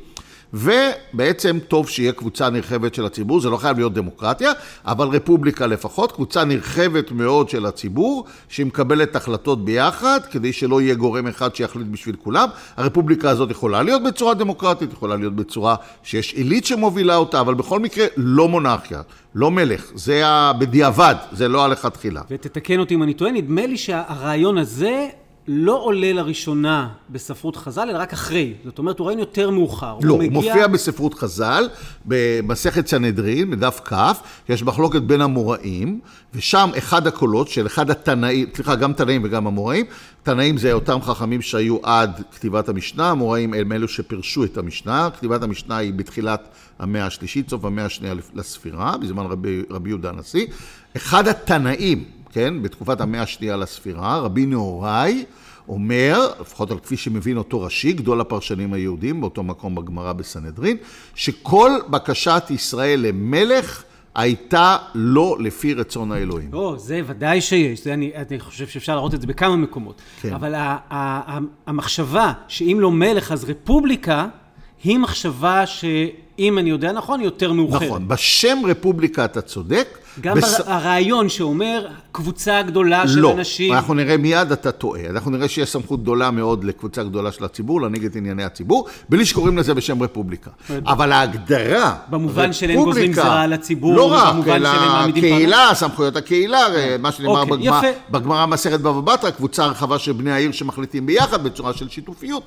ובעצם טוב שיהיה קבוצה נרחבת של הציבור, זה לא חייב להיות דמוקרטיה, אבל רפובליקה לפחות, קבוצה נרחבת מאוד של הציבור, שהיא מקבלת החלטות ביחד, כדי שלא יהיה גורם אחד שיחליט בשביל כולם. הרפובליקה הזאת יכולה להיות בצורה דמוקרטית, יכולה להיות בצורה שיש עילית שמובילה אותה, אבל בכל מקרה לא מונרכיה, לא מלך, זה בדיעבד, זה לא הלכת תחילה. ותתקן אותי אם אני טוען, נדמה לי שהרעיון הזה לא עולה לראשונה בספרות חז"ל, אלא רק אחרי. זאת אומרת, הוא רעיון יותר מאוחר. לא, הוא, הוא מגיע... מופיע בספרות חז"ל, במסכת סנהדרין, בדף כף, יש מחלוקת בין המוראים, ושם אחד הקולות של אחד התנאים, סליחה, גם תנאים וגם המוראים, תנאים זה אותם חכמים שהיו עד כתיבת המשנה, המוראים הם אלו שפרשו את המשנה, כתיבת המשנה היא בתחילת המאה השלישית, סוף המאה השנייה לספירה, בזמן רבי, רבי יהודה הנשיא. אחד התנאים, כן, בתקופת המאה השנייה לספירה, רבי נהוראי אומר, לפחות על כפי שמבין אותו ראשי, גדול הפרשנים היהודים, באותו מקום בגמרא בסנהדרין, שכל בקשת ישראל למלך הייתה לא לפי רצון האלוהים. לא, זה ודאי שיש, זה אני, אני חושב שאפשר לראות את זה בכמה מקומות. כן. אבל ה, ה, ה, המחשבה שאם לא מלך אז רפובליקה, היא מחשבה שאם אני יודע נכון, היא יותר מאוחרת. נכון, בשם רפובליקה אתה צודק. גם בס... הרעיון שאומר קבוצה גדולה של לא, אנשים... לא, אנחנו נראה מיד אתה טועה. אנחנו נראה שיש סמכות גדולה מאוד לקבוצה גדולה של הציבור, להנהיג את ענייני הציבור, בלי שקוראים לזה בשם רפובליקה. אבל ההגדרה... במובן של אין גוזרים זרע על הציבור, לא רק, אלא הקהילה, סמכויות הקהילה, מה שנאמר בגמרא, בגמרא מסכת בבא בתרא, קבוצה רחבה של בני העיר שמחליטים ביחד בצורה של שיתופיות.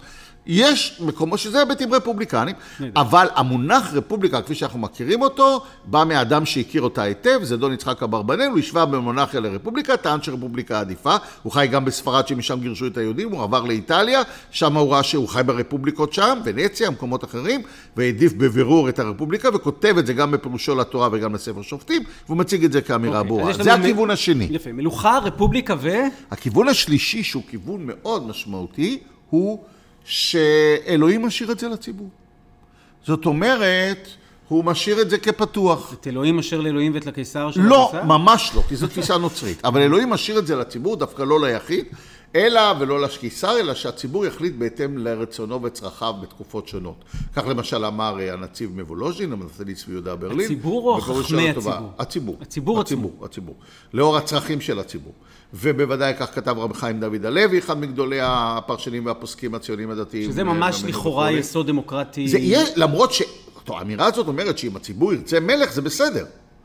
יש מקומות שזה היבטים רפובליקנים, אבל המונח רפובליקה, כפי שאנחנו מכירים אותו, בא מאדם שהכיר אותה היטב, זה דון יצחק אברבנאל, הוא השווה במונרכיה לרפובליקה, טען שרפובליקה עדיפה, הוא חי גם בספרד שמשם גירשו את היהודים, הוא עבר לאיטליה, שם הוא ראה שהוא חי ברפובליקות שם, ונציה, מקומות אחרים, והעדיף בבירור את הרפובליקה, וכותב את זה גם בפירושו לתורה וגם לספר שופטים, והוא מציג את זה כאמירה ברורה. זה הכיוון השני. יפה, מלוכה, רפובליקה ו... הכיוון השלישי, שהוא כיוון מאוד משמעותי, הוא שאלוהים משאיר את זה לציבור. זאת אומרת, הוא משאיר את זה כפתוח. את אלוהים משאיר לאלוהים ואת לקיסר של לא, הקיסר? ממש לא, כי זו תפיסה נוצרית. אבל אלוהים משאיר את זה לציבור, דווקא לא ליחיד, אלא ולא לקיסר, אלא שהציבור יחליט בהתאם לרצונו וצרכיו בתקופות שונות. כך למשל אמר הנציב מוולוז'ין, המנהיג צבי יהודה ברלין. הציבור או חכמי הציבור? הציבור. הציבור הציבור, הציבור. לאור הצרכים של הציבור. ובוודאי כך כתב רבי חיים דוד הלוי, אחד מגדולי הפרשנים והפוסקים הציונים הדתיים. שזה ממש לכאורה יסוד דמוקרטי. זה יהיה, למרות ש... האמירה הזאת אומרת שאם הציבור ירצה מלך זה בסדר.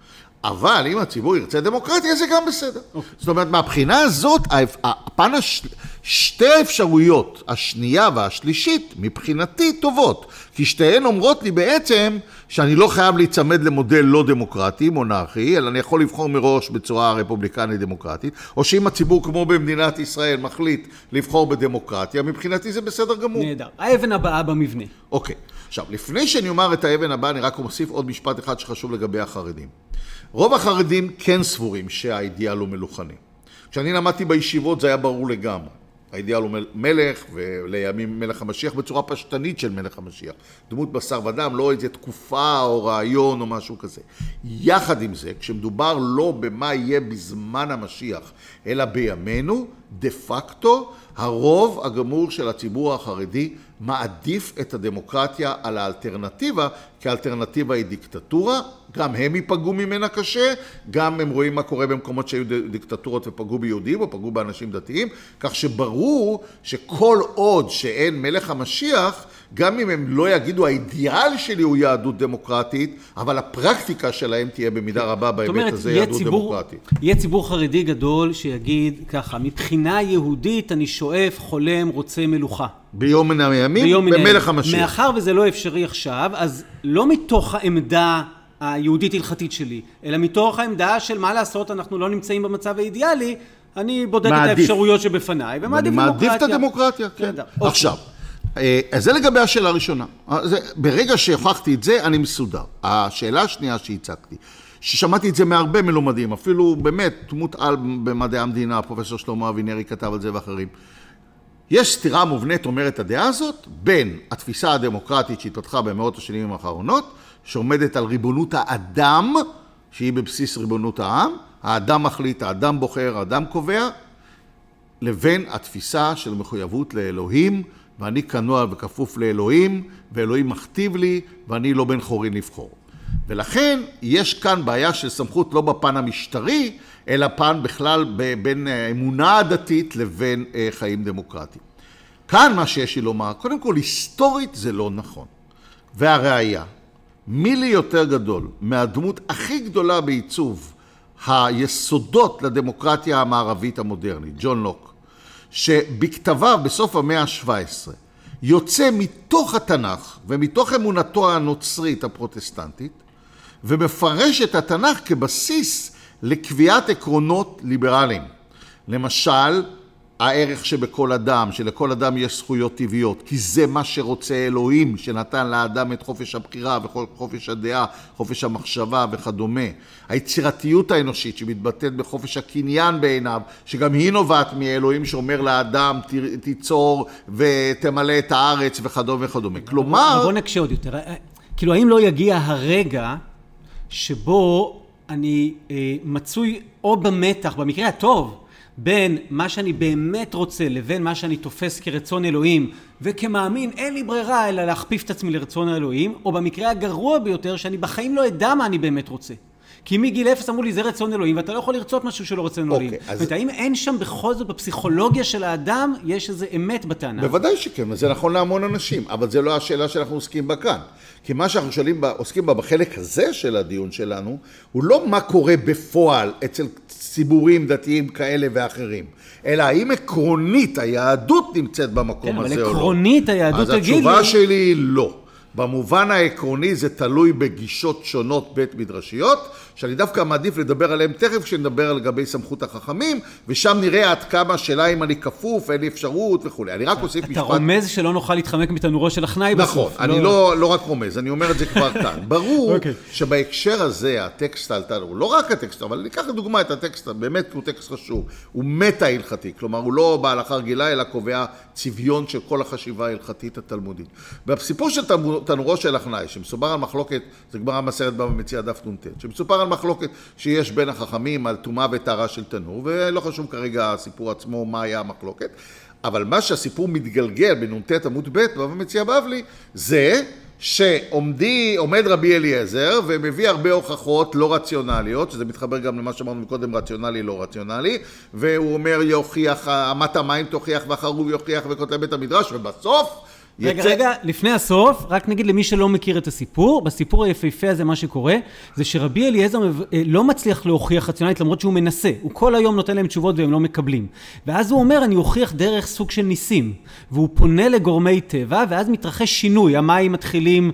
אבל אם הציבור ירצה דמוקרטיה זה גם בסדר. Okay. זאת אומרת, מהבחינה הזאת, הפן הש... שתי האפשרויות, השנייה והשלישית, מבחינתי טובות. כי שתיהן אומרות לי בעצם שאני לא חייב להיצמד למודל לא דמוקרטי, מונרכי, אלא אני יכול לבחור מראש בצורה רפובליקנית דמוקרטית, או שאם הציבור כמו במדינת ישראל מחליט לבחור בדמוקרטיה, מבחינתי זה בסדר גמור. נהדר. האבן הבאה במבנה. אוקיי. עכשיו, לפני שאני אומר את האבן הבאה, אני רק מוסיף עוד משפט אחד שחשוב לגבי החרדים. רוב החרדים כן סבורים שהאידיאל הוא מלוכני. כשאני למדתי בישיבות זה היה ברור לגמרי. האידיאל הוא מלך, ולימים מלך המשיח בצורה פשטנית של מלך המשיח. דמות בשר ודם, לא איזו תקופה או רעיון או משהו כזה. יחד עם זה, כשמדובר לא במה יהיה בזמן המשיח, אלא בימינו, דה פקטו, הרוב הגמור של הציבור החרדי מעדיף את הדמוקרטיה על האלטרנטיבה, כי האלטרנטיבה היא דיקטטורה, גם הם ייפגעו ממנה קשה, גם הם רואים מה קורה במקומות שהיו דיקטטורות ופגעו ביהודים או פגעו באנשים דתיים, כך שברור שכל עוד שאין מלך המשיח, גם אם הם לא יגידו האידיאל שלי הוא יהדות דמוקרטית, אבל הפרקטיקה שלהם תהיה במידה רבה בהיבט הזה יהדות דמוקרטית. יהיה ציבור חרדי גדול שיגיד ככה, מבחינה יהודית אני שואף, חולם, רוצה מלוכה. ביום מן הימים, במלך המשיח. מאחר וזה לא אפשרי עכשיו, אז לא מתוך העמדה היהודית הלכתית שלי, אלא מתוך העמדה של מה לעשות, אנחנו לא נמצאים במצב האידיאלי, אני בודק את האפשרויות שבפניי, ומעדיף דמוקרטיה. מעדיף את הדמוקרטיה, כן. עכשיו, אז זה לגבי השאלה הראשונה. ברגע שהוכחתי את זה, אני מסודר. השאלה השנייה שהצגתי, ששמעתי את זה מהרבה מלומדים, אפילו באמת, דמות על במדעי המדינה, פרופסור שלמה אבינרי כתב על זה ואחרים. יש סתירה מובנית, אומרת הדעה הזאת, בין התפיסה הדמוקרטית שהתפתחה במאות השנים האחרונות, שעומדת על ריבונות האדם, שהיא בבסיס ריבונות העם, האדם מחליט, האדם בוחר, האדם קובע, לבין התפיסה של מחויבות לאלוהים, ואני כנוע וכפוף לאלוהים, ואלוהים מכתיב לי, ואני לא בן חורין לבחור. ולכן יש כאן בעיה של סמכות לא בפן המשטרי, אלא פן בכלל בין אמונה הדתית לבין חיים דמוקרטיים. כאן מה שיש לי לומר, קודם כל היסטורית זה לא נכון. והראיה, מי לי יותר גדול מהדמות הכי גדולה בעיצוב היסודות לדמוקרטיה המערבית המודרנית, ג'ון לוק, שבכתביו בסוף המאה ה-שבע עשרה יוצא מתוך התנ"ך ומתוך אמונתו הנוצרית הפרוטסטנטית, ומפרש את התנ"ך כבסיס לקביעת עקרונות ליברליים. למשל, הערך שבכל אדם, שלכל אדם יש זכויות טבעיות, כי זה מה שרוצה אלוהים, שנתן לאדם את חופש הבחירה וחופש הדעה, חופש המחשבה וכדומה. היצירתיות האנושית שמתבטאת בחופש הקניין בעיניו, שגם היא נובעת מאלוהים שאומר לאדם, תיצור ותמלא את הארץ וכדומה וכדומה. כלומר... בוא נקשה עוד יותר. כאילו, האם לא יגיע הרגע שבו אני אה, מצוי או במתח, במקרה הטוב, בין מה שאני באמת רוצה לבין מה שאני תופס כרצון אלוהים, וכמאמין אין לי ברירה אלא להכפיף את עצמי לרצון האלוהים, או במקרה הגרוע ביותר שאני בחיים לא אדע מה אני באמת רוצה. כי מגיל אפס אמרו לי זה רצון אלוהים, ואתה לא יכול לרצות משהו שלא רצון אלוהים. Okay, אז... האם אין שם בכל זאת בפסיכולוגיה של האדם יש איזה אמת בטענה? בוודאי שכן, זה נכון להמון אנשים, אבל זה לא השאלה שאנחנו עוסקים בה כאן. כי מה שאנחנו שואלים, עוסקים בה בחלק הזה של הדיון שלנו, הוא לא מה קורה בפועל אצל ציבורים דתיים כאלה ואחרים, אלא האם עקרונית היהדות נמצאת במקום כן, הזה אבל או לא. עקרונית היהדות תגיד לי... אז התשובה שלי היא לא. במובן העקרוני זה תלוי בגישות שונות בית מדרשיות, שאני דווקא מעדיף לדבר עליהם תכף כשנדבר על גבי סמכות החכמים, ושם נראה עד כמה השאלה אם אני כפוף, אין לי אפשרות וכו'. אני רק אוסיף משפט. אתה רומז שלא נוכל להתחמק מתנורו של החנאי בסוף. נכון, אני לא, לא רק רומז, אני אומר את זה כבר כאן. ברור okay. שבהקשר הזה הטקסט עלתה, הוא לא רק הטקסט, אבל ניקח לדוגמה את הטקסט, באמת הוא טקסט חשוב, הוא מטה הלכתי, כלומר הוא לא בהלכה רגילה, אלא קובע צביון של כל החשיבה ההלכתית התלמודית. בסיפור של תנורו של החנאי, שמסופר על מחלוקת, זה גמרא מסכת בבא מציעא דף נ"ט, שמסופר על מחלוקת שיש בין החכמים על טומאה וטהרה של תנור, ולא חשוב כרגע הסיפור עצמו מה היה המחלוקת, אבל מה שהסיפור מתגלגל בנ"ט עמוד ב' בבא מציעא בבלי, זה שעומדי, עומד רבי אליעזר ומביא הרבה הוכחות לא רציונליות, שזה מתחבר גם למה שאמרנו קודם, רציונלי לא רציונלי, והוא אומר יוכיח, אמת המים תוכיח והחרוב יוכיח וכותב בית המדרש, ובסוף רגע, יצא... רגע, לפני הסוף, רק נגיד למי שלא מכיר את הסיפור, בסיפור היפהפה הזה מה שקורה, זה שרבי אליעזר לא מצליח להוכיח רציונלית, למרות שהוא מנסה. הוא כל היום נותן להם תשובות והם לא מקבלים. ואז הוא אומר, אני אוכיח דרך סוג של ניסים. והוא פונה לגורמי טבע, ואז מתרחש שינוי. המים מתחילים...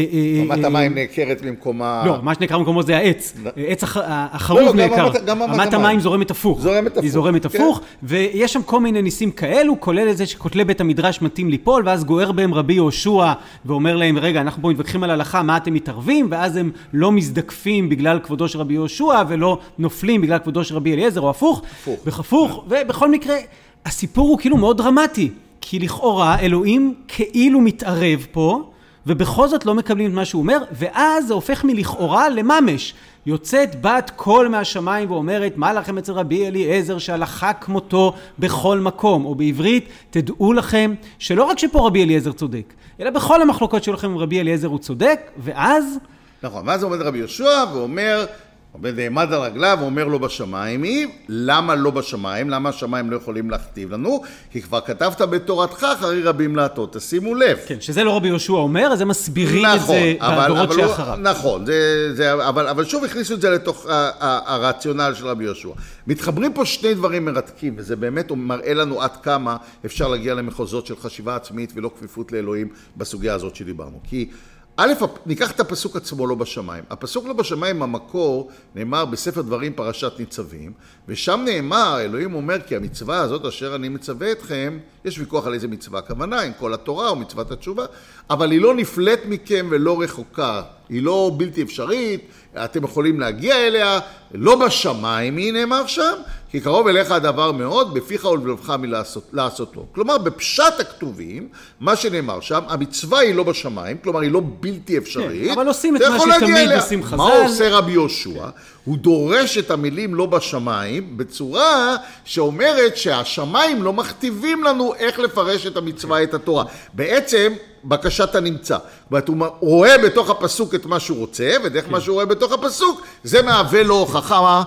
אמת המים נעקרת במקומה... לא, מה שנקרא במקומו זה העץ. העץ החרוב נעקר. אמת המים זורמת הפוך. היא זורמת הפוך, ויש שם כל מיני ניסים כאלו, כולל את זה שכותלי בית המדרש מתאים ליפול, ואז גוער בהם רבי יהושע ואומר להם, רגע, אנחנו פה מתווכחים על ההלכה, מה אתם מתערבים? ואז הם לא מזדקפים בגלל כבודו של רבי יהושע, ולא נופלים בגלל כבודו של רבי אליעזר, או הפוך. הפוך. וכפוך, ובכל מקרה, הסיפור הוא כאילו מאוד דרמטי, כי לכאורה אלוהים כאילו מתערב פה, ובכל זאת לא מקבלים את מה שהוא אומר, ואז זה הופך מלכאורה לממש. יוצאת בת קול מהשמיים ואומרת, מה לכם אצל רבי אליעזר שהלכה כמותו בכל מקום? או בעברית, תדעו לכם שלא רק שפה רבי אליעזר צודק, אלא בכל המחלוקות שלכם רבי אליעזר הוא צודק, ואז... נכון, ואז עומד רבי יהושע ואומר, עומד נעמד על רגליו ואומר לו בשמיים, למה לא בשמיים? למה השמיים לא יכולים להכתיב לנו? כי כבר כתבת בתורתך אחרי רבים להטות, תשימו לב. כן, שזה לא רבי יהושע אומר, אז הם מסבירים נכון, את זה בדורות שאחריו. נכון, זה, זה, אבל, אבל שוב הכניסו את זה לתוך הרציונל של רבי יהושע. מתחברים פה שני דברים מרתקים, וזה באמת מראה לנו עד כמה אפשר להגיע למחוזות של חשיבה עצמית ולא כפיפות לאלוהים בסוגיה הזאת שדיברנו. כי א', ניקח את הפסוק עצמו לא בשמיים. הפסוק לא בשמיים, המקור, נאמר בספר דברים פרשת ניצבים, ושם נאמר, אלוהים אומר, כי המצווה הזאת אשר אני מצווה אתכם, יש ויכוח על איזה מצווה הכוונה, עם כל התורה או מצוות התשובה, אבל היא לא נפלט מכם ולא רחוקה, היא לא בלתי אפשרית, אתם יכולים להגיע אליה, לא בשמיים היא נאמר שם, כי קרוב אליך הדבר מאוד, בפיך ולבבך מלעשותו. כלומר, בפשט הכתובים, מה שנאמר שם, המצווה היא לא בשמיים, כלומר, היא לא בלתי אפשרית. אבל עושים את מה שתמיד עושים חז"ל. מה עושה רבי יהושע? הוא דורש את המילים לא בשמיים, בצורה שאומרת שהשמיים לא מכתיבים לנו איך לפרש את המצווה, את התורה. בעצם, בקשת הנמצא. הוא רואה בתוך הפסוק את מה שהוא רוצה, ודרך מה שהוא רואה בתוך הפסוק, זה מהווה לו הוכחה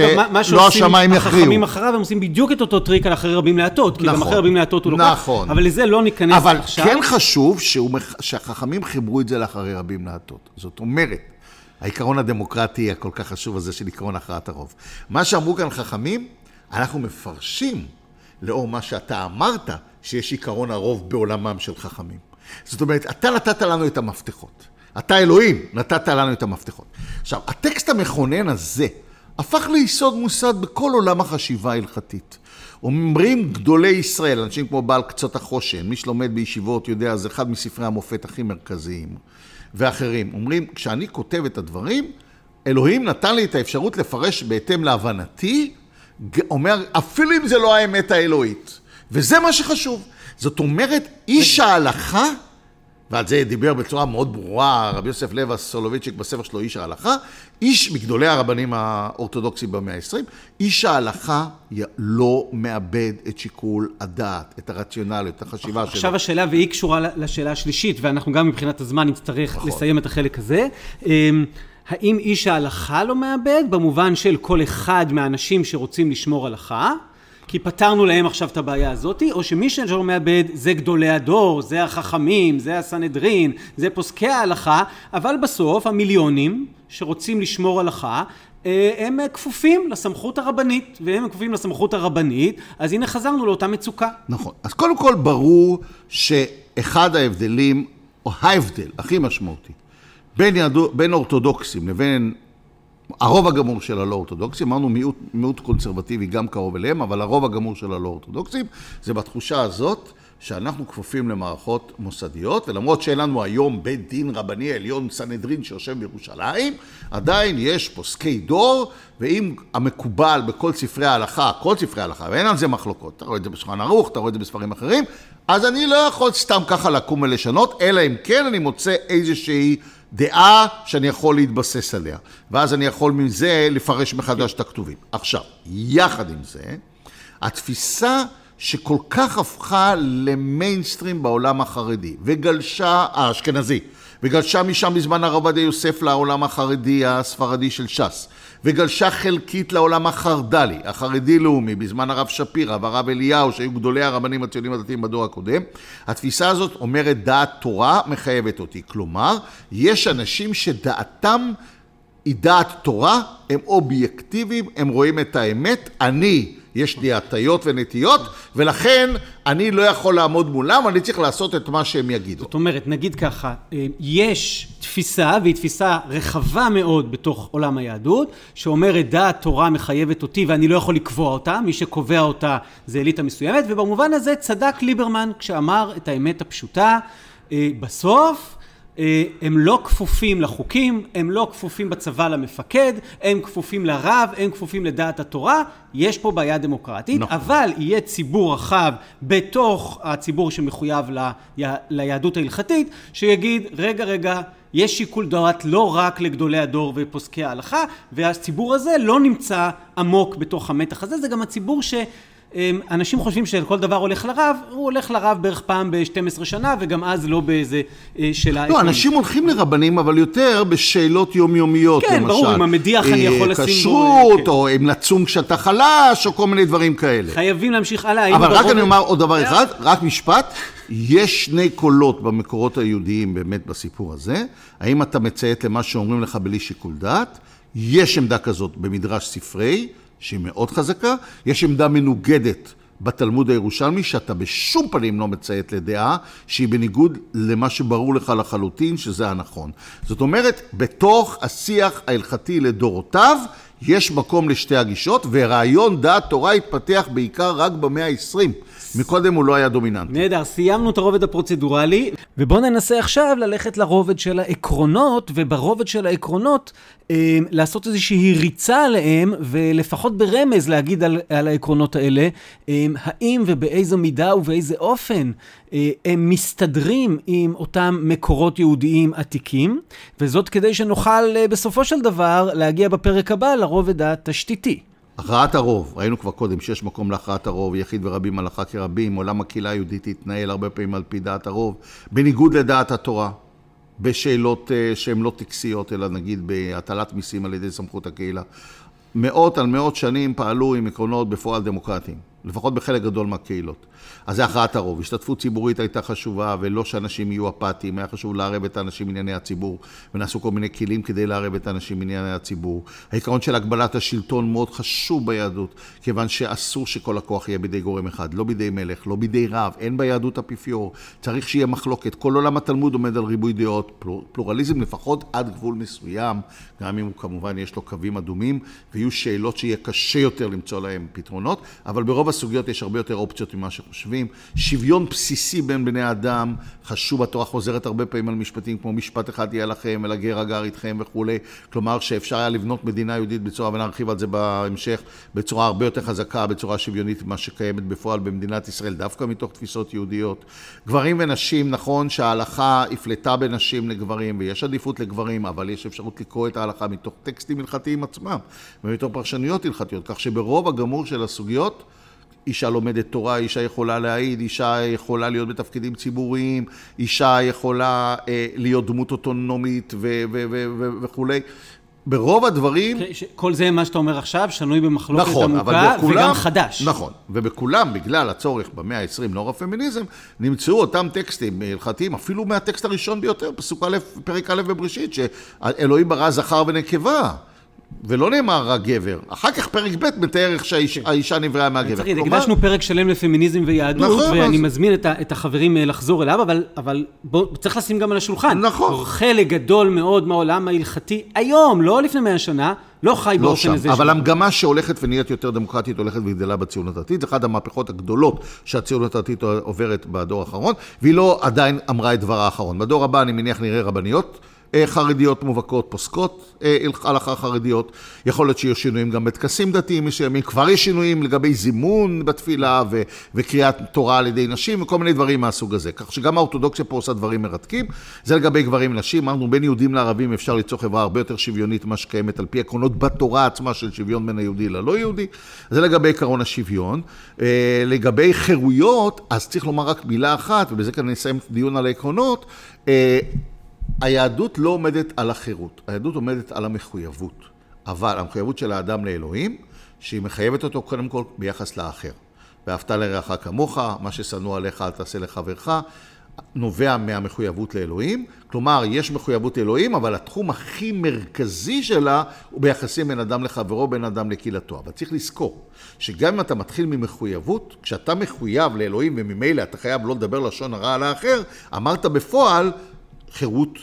שלא השמיים יכריעו. החכמים אחריו הם עושים בדיוק את אותו טריק על אחרי רבים להטות, כי גם אחרי רבים להטות הוא לוקח, נכון. אבל לזה לא ניכנס עכשיו. אבל כן חשוב שהחכמים חיברו את זה לאחרי רבים להטות. זאת אומרת, העיקרון הדמוקרטי הכל כך חשוב הזה של עיקרון הכרעת הרוב. מה שאמרו כאן חכמים, אנחנו מפרשים לאור מה שאתה אמרת, שיש עיקרון הרוב בעולמם של חכמים. זאת אומרת, אתה נתת לנו את המפתחות. אתה אלוהים, נתת לנו את המפתחות. עכשיו, הטקסט המכונן הזה הפך ליסוד מוסד בכל עולם החשיבה ההלכתית. אומרים גדולי ישראל, אנשים כמו בעל קצות החושן, מי שלומד בישיבות יודע, זה אחד מספרי המופת הכי מרכזיים, ואחרים. אומרים, כשאני כותב את הדברים, אלוהים נתן לי את האפשרות לפרש בהתאם להבנתי, אומר, אפילו אם זה לא האמת האלוהית. וזה מה שחשוב. זאת אומרת, איש ההלכה, ועל זה דיבר בצורה מאוד ברורה, רבי יוסף לב הסולוביצ'יק בספר שלו, איש ההלכה, איש מגדולי הרבנים האורתודוקסיים במאה ה-עשרים, איש ההלכה לא מאבד את שיקול הדעת, את הרציונליות, את החשיבה שלו. עכשיו השאלה, והיא קשורה לשאלה השלישית, ואנחנו גם מבחינת הזמן נצטרך נכון. לסיים את החלק הזה. האם איש ההלכה לא מאבד, במובן של כל אחד מהאנשים שרוצים לשמור הלכה, כי פתרנו להם עכשיו את הבעיה הזאת, או שמי שלא מאבד זה גדולי הדור, זה החכמים, זה הסנהדרין, זה פוסקי ההלכה, אבל בסוף המיליונים שרוצים לשמור הלכה, הם כפופים לסמכות הרבנית, והם כפופים לסמכות הרבנית, אז הנה חזרנו לאותה מצוקה. נכון. אז קודם כל ברור שאחד ההבדלים ההבדל הכי משמעותי, בין, יהדו, בין אורתודוקסים לבין הרוב הגמור של הלא אורתודוקסים, אמרנו מיעוט, מיעוט קונסרבטיבי גם קרוב אליהם, אבל הרוב הגמור של הלא אורתודוקסים, זה בתחושה הזאת שאנחנו כפופים למערכות מוסדיות, ולמרות שאין לנו היום בית דין רבני עליון סנהדרין שיושב בירושלים, עדיין יש פוסקי דור, ואם המקובל בכל ספרי ההלכה, כל ספרי ההלכה, ואין על זה מחלוקות, אתה רואה את זה בשולחן ערוך, אתה רואה את זה בספרים אחרים, אז אני לא יכול סתם ככה לקום ולשנות, אלא אם כן אני מוצא איזושהי דעה שאני יכול להתבסס עליה, ואז אני יכול מזה לפרש מחדש את הכתובים. עכשיו, יחד עם זה, התפיסה שכל כך הפכה למיינסטרים בעולם החרדי, וגלשה, האשכנזי, וגלשה משם בזמן הרב עובדיה יוסף לעולם החרדי הספרדי של ש"ס, וגלשה חלקית לעולם החרד"לי, החרדי-לאומי, בזמן הרב שפירא והרב אליהו, שהיו גדולי הרבנים הציונים הדתיים בדור הקודם. התפיסה הזאת אומרת דעת תורה מחייבת אותי. כלומר, יש אנשים שדעתם היא דעת תורה, הם אובייקטיביים, הם רואים את האמת, אני, יש לי הטיות ונטיות, ולכן אני לא יכול לעמוד מולם, אני צריך לעשות את מה שהם יגידו. זאת אומרת, נגיד ככה, יש תפיסה, והיא תפיסה רחבה מאוד בתוך עולם היהדות, שאומרת דעת תורה מחייבת אותי ואני לא יכול לקבוע אותה, מי שקובע אותה זה אליטה מסוימת, ובמובן הזה צדק ליברמן כשאמר את האמת הפשוטה, בסוף, הם לא כפופים לחוקים, הם לא כפופים בצבא למפקד, הם כפופים לרב, הם כפופים לדעת התורה, יש פה בעיה דמוקרטית, נכון. אבל יהיה ציבור רחב בתוך הציבור שמחויב ל... ליהדות ההלכתית, שיגיד, רגע, רגע, יש שיקול דעת לא רק לגדולי הדור ופוסקי ההלכה, והציבור הזה לא נמצא עמוק בתוך המתח הזה, זה גם הציבור ש... אנשים חושבים שכל דבר הולך לרב, הוא הולך לרב בערך פעם ב-שתים עשרה שנה, וגם אז לא באיזה שאלה... לא, אנשים הולכים לרבנים, אבל יותר בשאלות יומיומיות, כן, למשל. ברור, אם המדיח אני יכול לשים בו... כשרות, או אם לצום כשאתה חלש, או כל מיני דברים כאלה. חייבים להמשיך הלאה. אבל רק אני אומר עוד דבר אחד, רק משפט, יש שני קולות במקורות היהודיים באמת בסיפור הזה. האם אתה מציית למה שאומרים לך בלי שיקול דעת? יש עמדה כזאת במדרש ספרי, שהיא מאוד חזקה, יש עמדה מנוגדת בתלמוד הירושלמי, שאתה בשום פנים לא מציית לדעה, שהיא בניגוד למה שברור לך לחלוטין, שזה הנכון. זאת אומרת, בתוך השיח ההלכתי לדורותיו, יש מקום לשתי הגישות, ורעיון דעת תורה התפתח בעיקר רק במאה ה-עשרים. מקודם הוא לא היה דומיננטי. נהדר, סיימנו את הרובד הפרוצדורלי, ובואו ננסה עכשיו ללכת לרובד של העקרונות, וברובד של העקרונות אה, לעשות איזושהי ריצה עליהם, ולפחות ברמז להגיד על, על העקרונות האלה, אה, האם ובאיזו מידה ובאיזה אופן אה, הם מסתדרים עם אותם מקורות יהודיים עתיקים, וזאת כדי שנוכל אה, בסופו של דבר להגיע בפרק הבא לרובד התשתיתי. הכרעת הרוב, ראינו כבר קודם שיש מקום להכרעת הרוב, יחיד ורבים הלכה כרבים, עולם הקהילה היהודית התנהל הרבה פעמים על פי דעת הרוב, בניגוד לדעת התורה, בשאלות שהן לא טקסיות, אלא נגיד בהטלת מיסים על ידי סמכות הקהילה. מאות על מאות שנים פעלו עם עקרונות בפועל דמוקרטיים, לפחות בחלק גדול מהקהילות. אז זה הכרעת הרוב. השתתפות ציבורית הייתה חשובה, ולא שאנשים יהיו אפתיים, היה חשוב לערב את האנשים בענייני הציבור, ונעשו כל מיני כלים כדי לערב את האנשים בענייני הציבור. העיקרון של הגבלת השלטון מאוד חשוב ביהדות, כיוון שאסור שכל הכוח יהיה בידי גורם אחד, לא בידי מלך, לא בידי רב, אין ביהדות אפיפיור, צריך שיהיה מחלוקת. כל עולם התלמוד עומד על ריבוי דעות, פלורליזם לפחות עד גבול מסוים, גם אם הוא כמובן יש לו קווים אדומים, ויהיו שאלות שיהיה קשה יותר למצוא להם פתרונות, אבל ברוב הסוגיות יש הרבה יותר אופציות ממה שחושבים. שוויון בסיסי בין בני האדם, חשוב, התורה חוזרת הרבה פעמים על משפטים כמו משפט אחד יהיה לכם, אלא גר הגר איתכם וכו'. כלומר שאפשר היה לבנות מדינה יהודית בצורה, ונרחיב על זה בהמשך, בצורה הרבה יותר חזקה, בצורה שוויונית, מה שקיימת בפועל במדינת ישראל, דווקא מתוך תפיסות יהודיות. גברים ונשים, נכון שההלכה הפלטה בנשים לגברים, ויש עדיפות לגברים, אבל יש אפשרות לקרוא את ההלכה מתוך טקסטים הלכתיים עצמם, ומתוך פרשנויות הלכתיות, כך שברוב הגמור של הסוגיות, אישה לומדת תורה, אישה יכולה להעיד, אישה יכולה להיות בתפקידים ציבוריים, אישה יכולה אה, להיות דמות אוטונומית ו- ו- ו- ו- וכו'. ברוב הדברים... כל זה מה שאתה אומר עכשיו, שנוי במחלוקת נכון, עמוקה בכולם, וגם חדש. נכון, ובכולם, בגלל הצורך במאה ה-עשרים, לאור הפמיניזם, נמצאו אותם טקסטים הלכתיים, אפילו מהטקסט הראשון ביותר, פסוק א', פרק א' בבראשית, שאלוהים ברא זכר ונקבה. ולא נאמר רק גבר. אחר כך פרק ב' מתאר איך שהאישה נבראה מהגבר. צריך, הקדשנו פרק שלם לפמיניזם ויהדות, ואני מזמין את החברים לחזור אליו, אבל צריך לשים גם על השולחן. נכון. חלק גדול מאוד מהעולם ההלכתי, היום, לא לפני מאה שנה, לא חי באופן הזה. אבל המגמה שהולכת ונהיית יותר דמוקרטית, הולכת וגדלה בציונות הדתית, זה אחת המהפכות הגדולות שהציונות הדתית עוברת בדור האחרון, והיא לא עדיין אמרה את דבר האחרון. בדור הבא אני מניח נראה רבניות, חרדיות מובהקות, פוסקות הלכה חרדיות, יכול להיות שיהיו שינויים גם בטקסים דתיים מסוימים, כבר יש שינויים לגבי זימון בתפילה ו- וקריאת תורה על ידי נשים וכל מיני דברים מהסוג הזה, כך שגם האורתודוקסיה פה עושה דברים מרתקים, זה לגבי גברים ונשים, אמרנו בין יהודים לערבים אפשר ליצור חברה הרבה יותר שוויונית ממה שקיימת על פי עקרונות בתורה עצמה של שוויון בין היהודי ללא יהודי, זה לגבי עקרון השוויון, לגבי חירויות, אז צריך לומר רק מילה אחת, ובזה כאן נסיים דיון על העקרונות, היהדות לא עומדת על החירות, היהדות עומדת על המחויבות, אבל המחויבות של האדם לאלוהים, שהיא מחייבת אותו קודם כל ביחס לאחר. ואהבת לרעך כמוך, מה ששנוא עליך אל תעשה לחברך, נובע מהמחויבות לאלוהים, כלומר יש מחויבות לאלוהים, אבל התחום הכי מרכזי שלה הוא ביחסים בין אדם לחברו, בין אדם לקהילתו. אבל צריך לזכור שגם אם אתה מתחיל ממחויבות, כשאתה מחויב לאלוהים וממילא אתה חייב לא לדבר לשון הרע על האחר, אמרת בפועל, חירות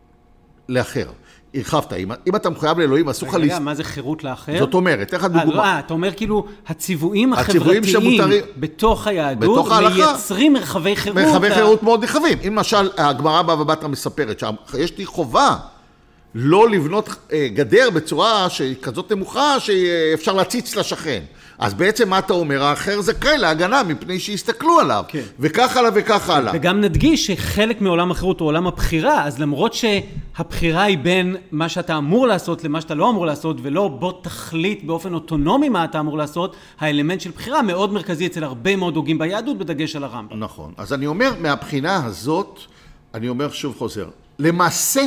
לאחר. הרחבת, אם, אם אתה מחויב לאלוהים, אסור לך להסתכל. רגע, מה זה חירות לאחר? זאת אומרת, איך הדוגמה? אה, אתה אומר כאילו, הציוויים החברתיים בתוך היהדות מייצרים מרחבי חירות. מרחבי חירות מאוד נרחבים. אם למשל, הגמרא בבא בתרא מספרת, שיש לי חובה לא לבנות גדר בצורה שהיא כזאת נמוכה, שאפשר להציץ לשכן. אז בעצם מה אתה אומר? האחר זכאי להגנה מפני שיסתכלו עליו, כן. וכך הלאה וכך הלאה. וגם נדגיש שחלק מעולם החירות הוא עולם הבחירה, אז למרות שהבחירה היא בין מה שאתה אמור לעשות למה שאתה לא אמור לעשות, ולא בוא תחליט באופן אוטונומי מה אתה אמור לעשות, האלמנט של בחירה מאוד מרכזי אצל הרבה מאוד הוגים ביהדות, בדגש על הרמב"ם. נכון. אז אני אומר, מהבחינה הזאת, אני אומר שוב חוזר, למעשה,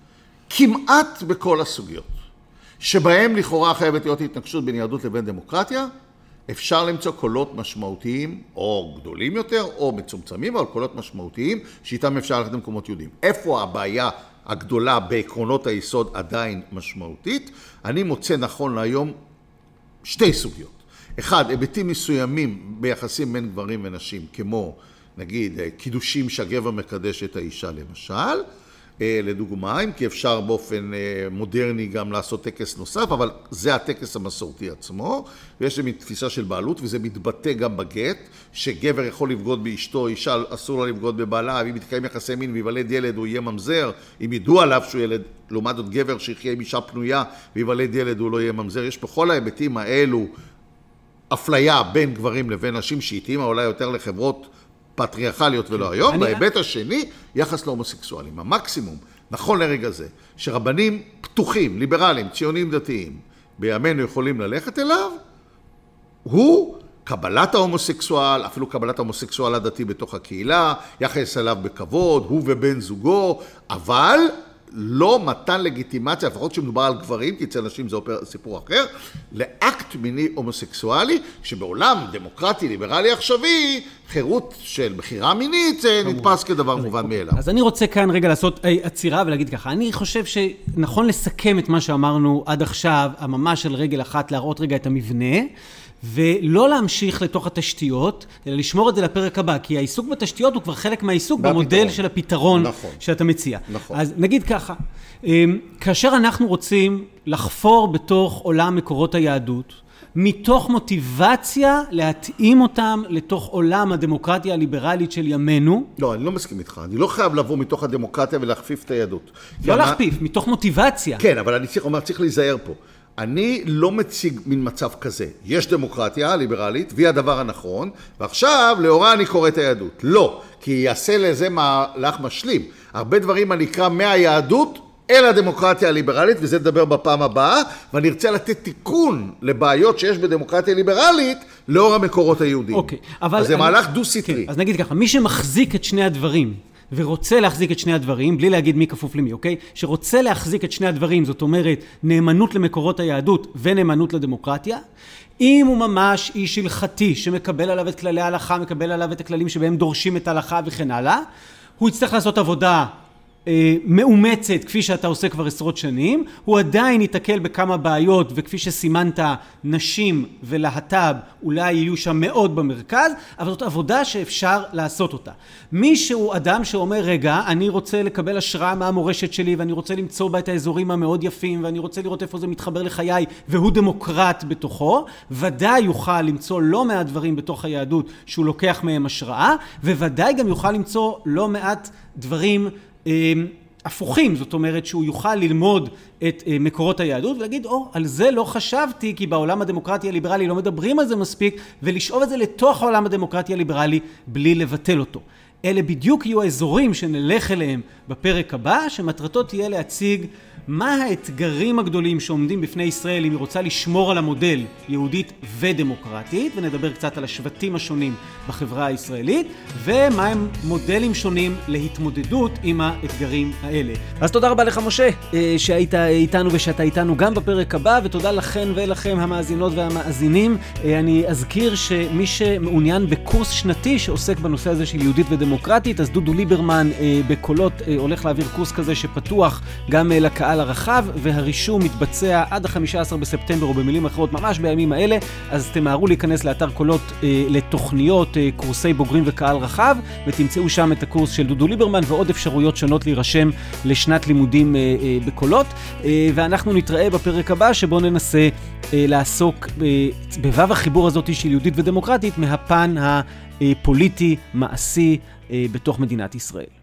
כמעט בכל הסוגיות, שבהם לכאורה חייבת להיות התנגשות בין יהדות לבין דמוקרטיה, אפשר למצוא קולות משמעותיים, או גדולים יותר, או מצומצמים, אבל קולות משמעותיים, שאיתם אפשר ללכת למקומות יהודיים. איפה הבעיה הגדולה בעקרונות היסוד עדיין משמעותית? אני מוצא נכון להיום שתי סוגיות. אחד, היבטים מסוימים ביחסים בין גברים ונשים, כמו נגיד קידושים שהגבר מקדש את האישה למשל, לדוגמה, אם כי אפשר באופן מודרני גם לעשות טקס נוסף, אבל זה הטקס המסורתי עצמו, ויש לי תפיסה של בעלות, וזה מתבטא גם בגט, שגבר יכול לבגוד באשתו, אישה אסור לה לבגוד בבעלה, ואם יתקיים יחסי מין ויוולד ילד, הוא יהיה ממזר, אם ידעו עליו שהוא ילד, לעומת זאת גבר שיחיה עם אישה פנויה, ויוולד ילד, הוא לא יהיה ממזר. יש בכל ההיבטים האלו אפליה בין גברים לבין נשים, שהתאימה אולי יותר לחברות פטריארכליות ולא היום. אני... בהיבט השני, יחס להומוסקסואלים. המקסימום, נכון לרגע זה, שרבנים פתוחים, ליברליים, ציונים דתיים, בימינו יכולים ללכת אליו, הוא קבלת ההומוסקסואל, אפילו קבלת ההומוסקסואל הדתי בתוך הקהילה, יחס אליו בכבוד, הוא ובן זוגו, אבל לא מתן לגיטימציה, לפחות שמדובר על גברים, כי אצל נשים זה סיפור אחר, לאקט מיני הומוסקסואלי, שבעולם דמוקרטי, ליברלי עכשווי, חירות של בחירה מינית נתפס כדבר מובן מאליו. אז אני רוצה כאן רגע לעשות עצירה ולהגיד ככה, אני חושב שנכון לסכם את מה שאמרנו עד עכשיו, הממש של רגל אחת, להראות רגע את המבנה, ולא להמשיך לתוך התשתיות, אלא לשמור את זה לפרק הבא, כי העיסוק בתשתיות הוא כבר חלק מהעיסוק במודל של הפתרון נכון. שאתה מציע. נכון. אז נגיד ככה, כאשר אנחנו רוצים לחפור בתוך עולם מקורות היהדות, מתוך מוטיבציה להתאים אותם לתוך עולם הדמוקרטיה הליברלית של ימינו. לא, אני לא מסכים איתך. אני לא חייב לבוא מתוך הדמוקרטיה ולהכפיף את היהדות. לא להכפיף, מה... מתוך מוטיבציה. כן, אבל אני צריך, אומר, צריך להיזהר פה. אני לא מציג מן מצב כזה. יש דמוקרטיה ליברלית, והיא הדבר הנכון, ועכשיו לאורה אני קורא את היהדות. לא, כי יעשה לזה מהלך משלים. הרבה דברים אני אקרא מהיהדות אל הדמוקרטיה הליברלית, וזה נדבר בפעם הבאה, ואני ארצה לתת תיקון לבעיות שיש בדמוקרטיה ליברלית, לאור המקורות היהודיים. אוקיי, אבל... אז זה אני... מהלך דו-סטרי. כן, אז נגיד ככה, מי שמחזיק את שני הדברים, ורוצה להחזיק את שני הדברים, בלי להגיד מי כפוף למי, אוקיי? שרוצה להחזיק את שני הדברים, זאת אומרת, נאמנות למקורות היהדות ונאמנות לדמוקרטיה, אם הוא ממש איש הלכתי שמקבל עליו את כללי ההלכה, מקבל עליו את הכללים שבהם דורשים את ההלכה וכן הלאה, הוא יצטרך לעשות עבודה מאומצת כפי שאתה עושה כבר עשרות שנים, הוא עדיין ייתקל בכמה בעיות, וכפי שסימנת, נשים ולהט"ב אולי יהיו שם מאוד במרכז, אבל זאת עבודה שאפשר לעשות אותה. מי שהוא אדם שאומר, רגע, אני רוצה לקבל השראה מהמורשת שלי, ואני רוצה למצוא בה את האזורים המאוד יפים, ואני רוצה לראות איפה זה מתחבר לחיי, והוא דמוקרט בתוכו, ודאי יוכל למצוא לא מעט דברים בתוך היהדות שהוא לוקח מהם השראה, וודאי גם יוכל למצוא לא מעט דברים הפוכים, זאת אומרת שהוא יוכל ללמוד את מקורות היהדות ולהגיד, או, על זה לא חשבתי, כי בעולם הדמוקרטי הליברלי לא מדברים על זה מספיק, ולשאוב את זה לתוך העולם הדמוקרטי הליברלי בלי לבטל אותו. אלה בדיוק יהיו האזורים שנלך אליהם בפרק הבא, שמטרתו תהיה להציג מה האתגרים הגדולים שעומדים בפני ישראל אם היא רוצה לשמור על המודל יהודית ודמוקרטית, ונדבר קצת על השבטים השונים בחברה הישראלית, ומה הם מודלים שונים להתמודדות עם האתגרים האלה. אז תודה רבה לך משה, שהיית איתנו ושאתה איתנו גם בפרק הבא, ותודה לכן ולכם המאזינות והמאזינים. אני אזכיר שמי שמעוניין בקורס שנתי שעוסק בנושא הזה של יהודית ודמוקרטית, אז דודו ליברמן בקולות הולך להעביר קורס כזה שפתוח גם לקהל הרחב, והרישום מתבצע עד ה-חמישה עשר בספטמבר, או במילים אחרות ממש בימים האלה. אז תמהרו להיכנס לאתר קולות אה, לתוכניות, אה, קורסי בוגרים וקהל רחב, ותמצאו שם את הקורס של דודו ליברמן ועוד אפשרויות שונות להירשם לשנת לימודים אה, אה, בקולות. אה, ואנחנו נתראה בפרק הבא שבו ננסה אה, לעסוק אה, בבב החיבור הזאת של יהודית ודמוקרטית מהפן הפוליטי, מעשי, אה, בתוך מדינת ישראל.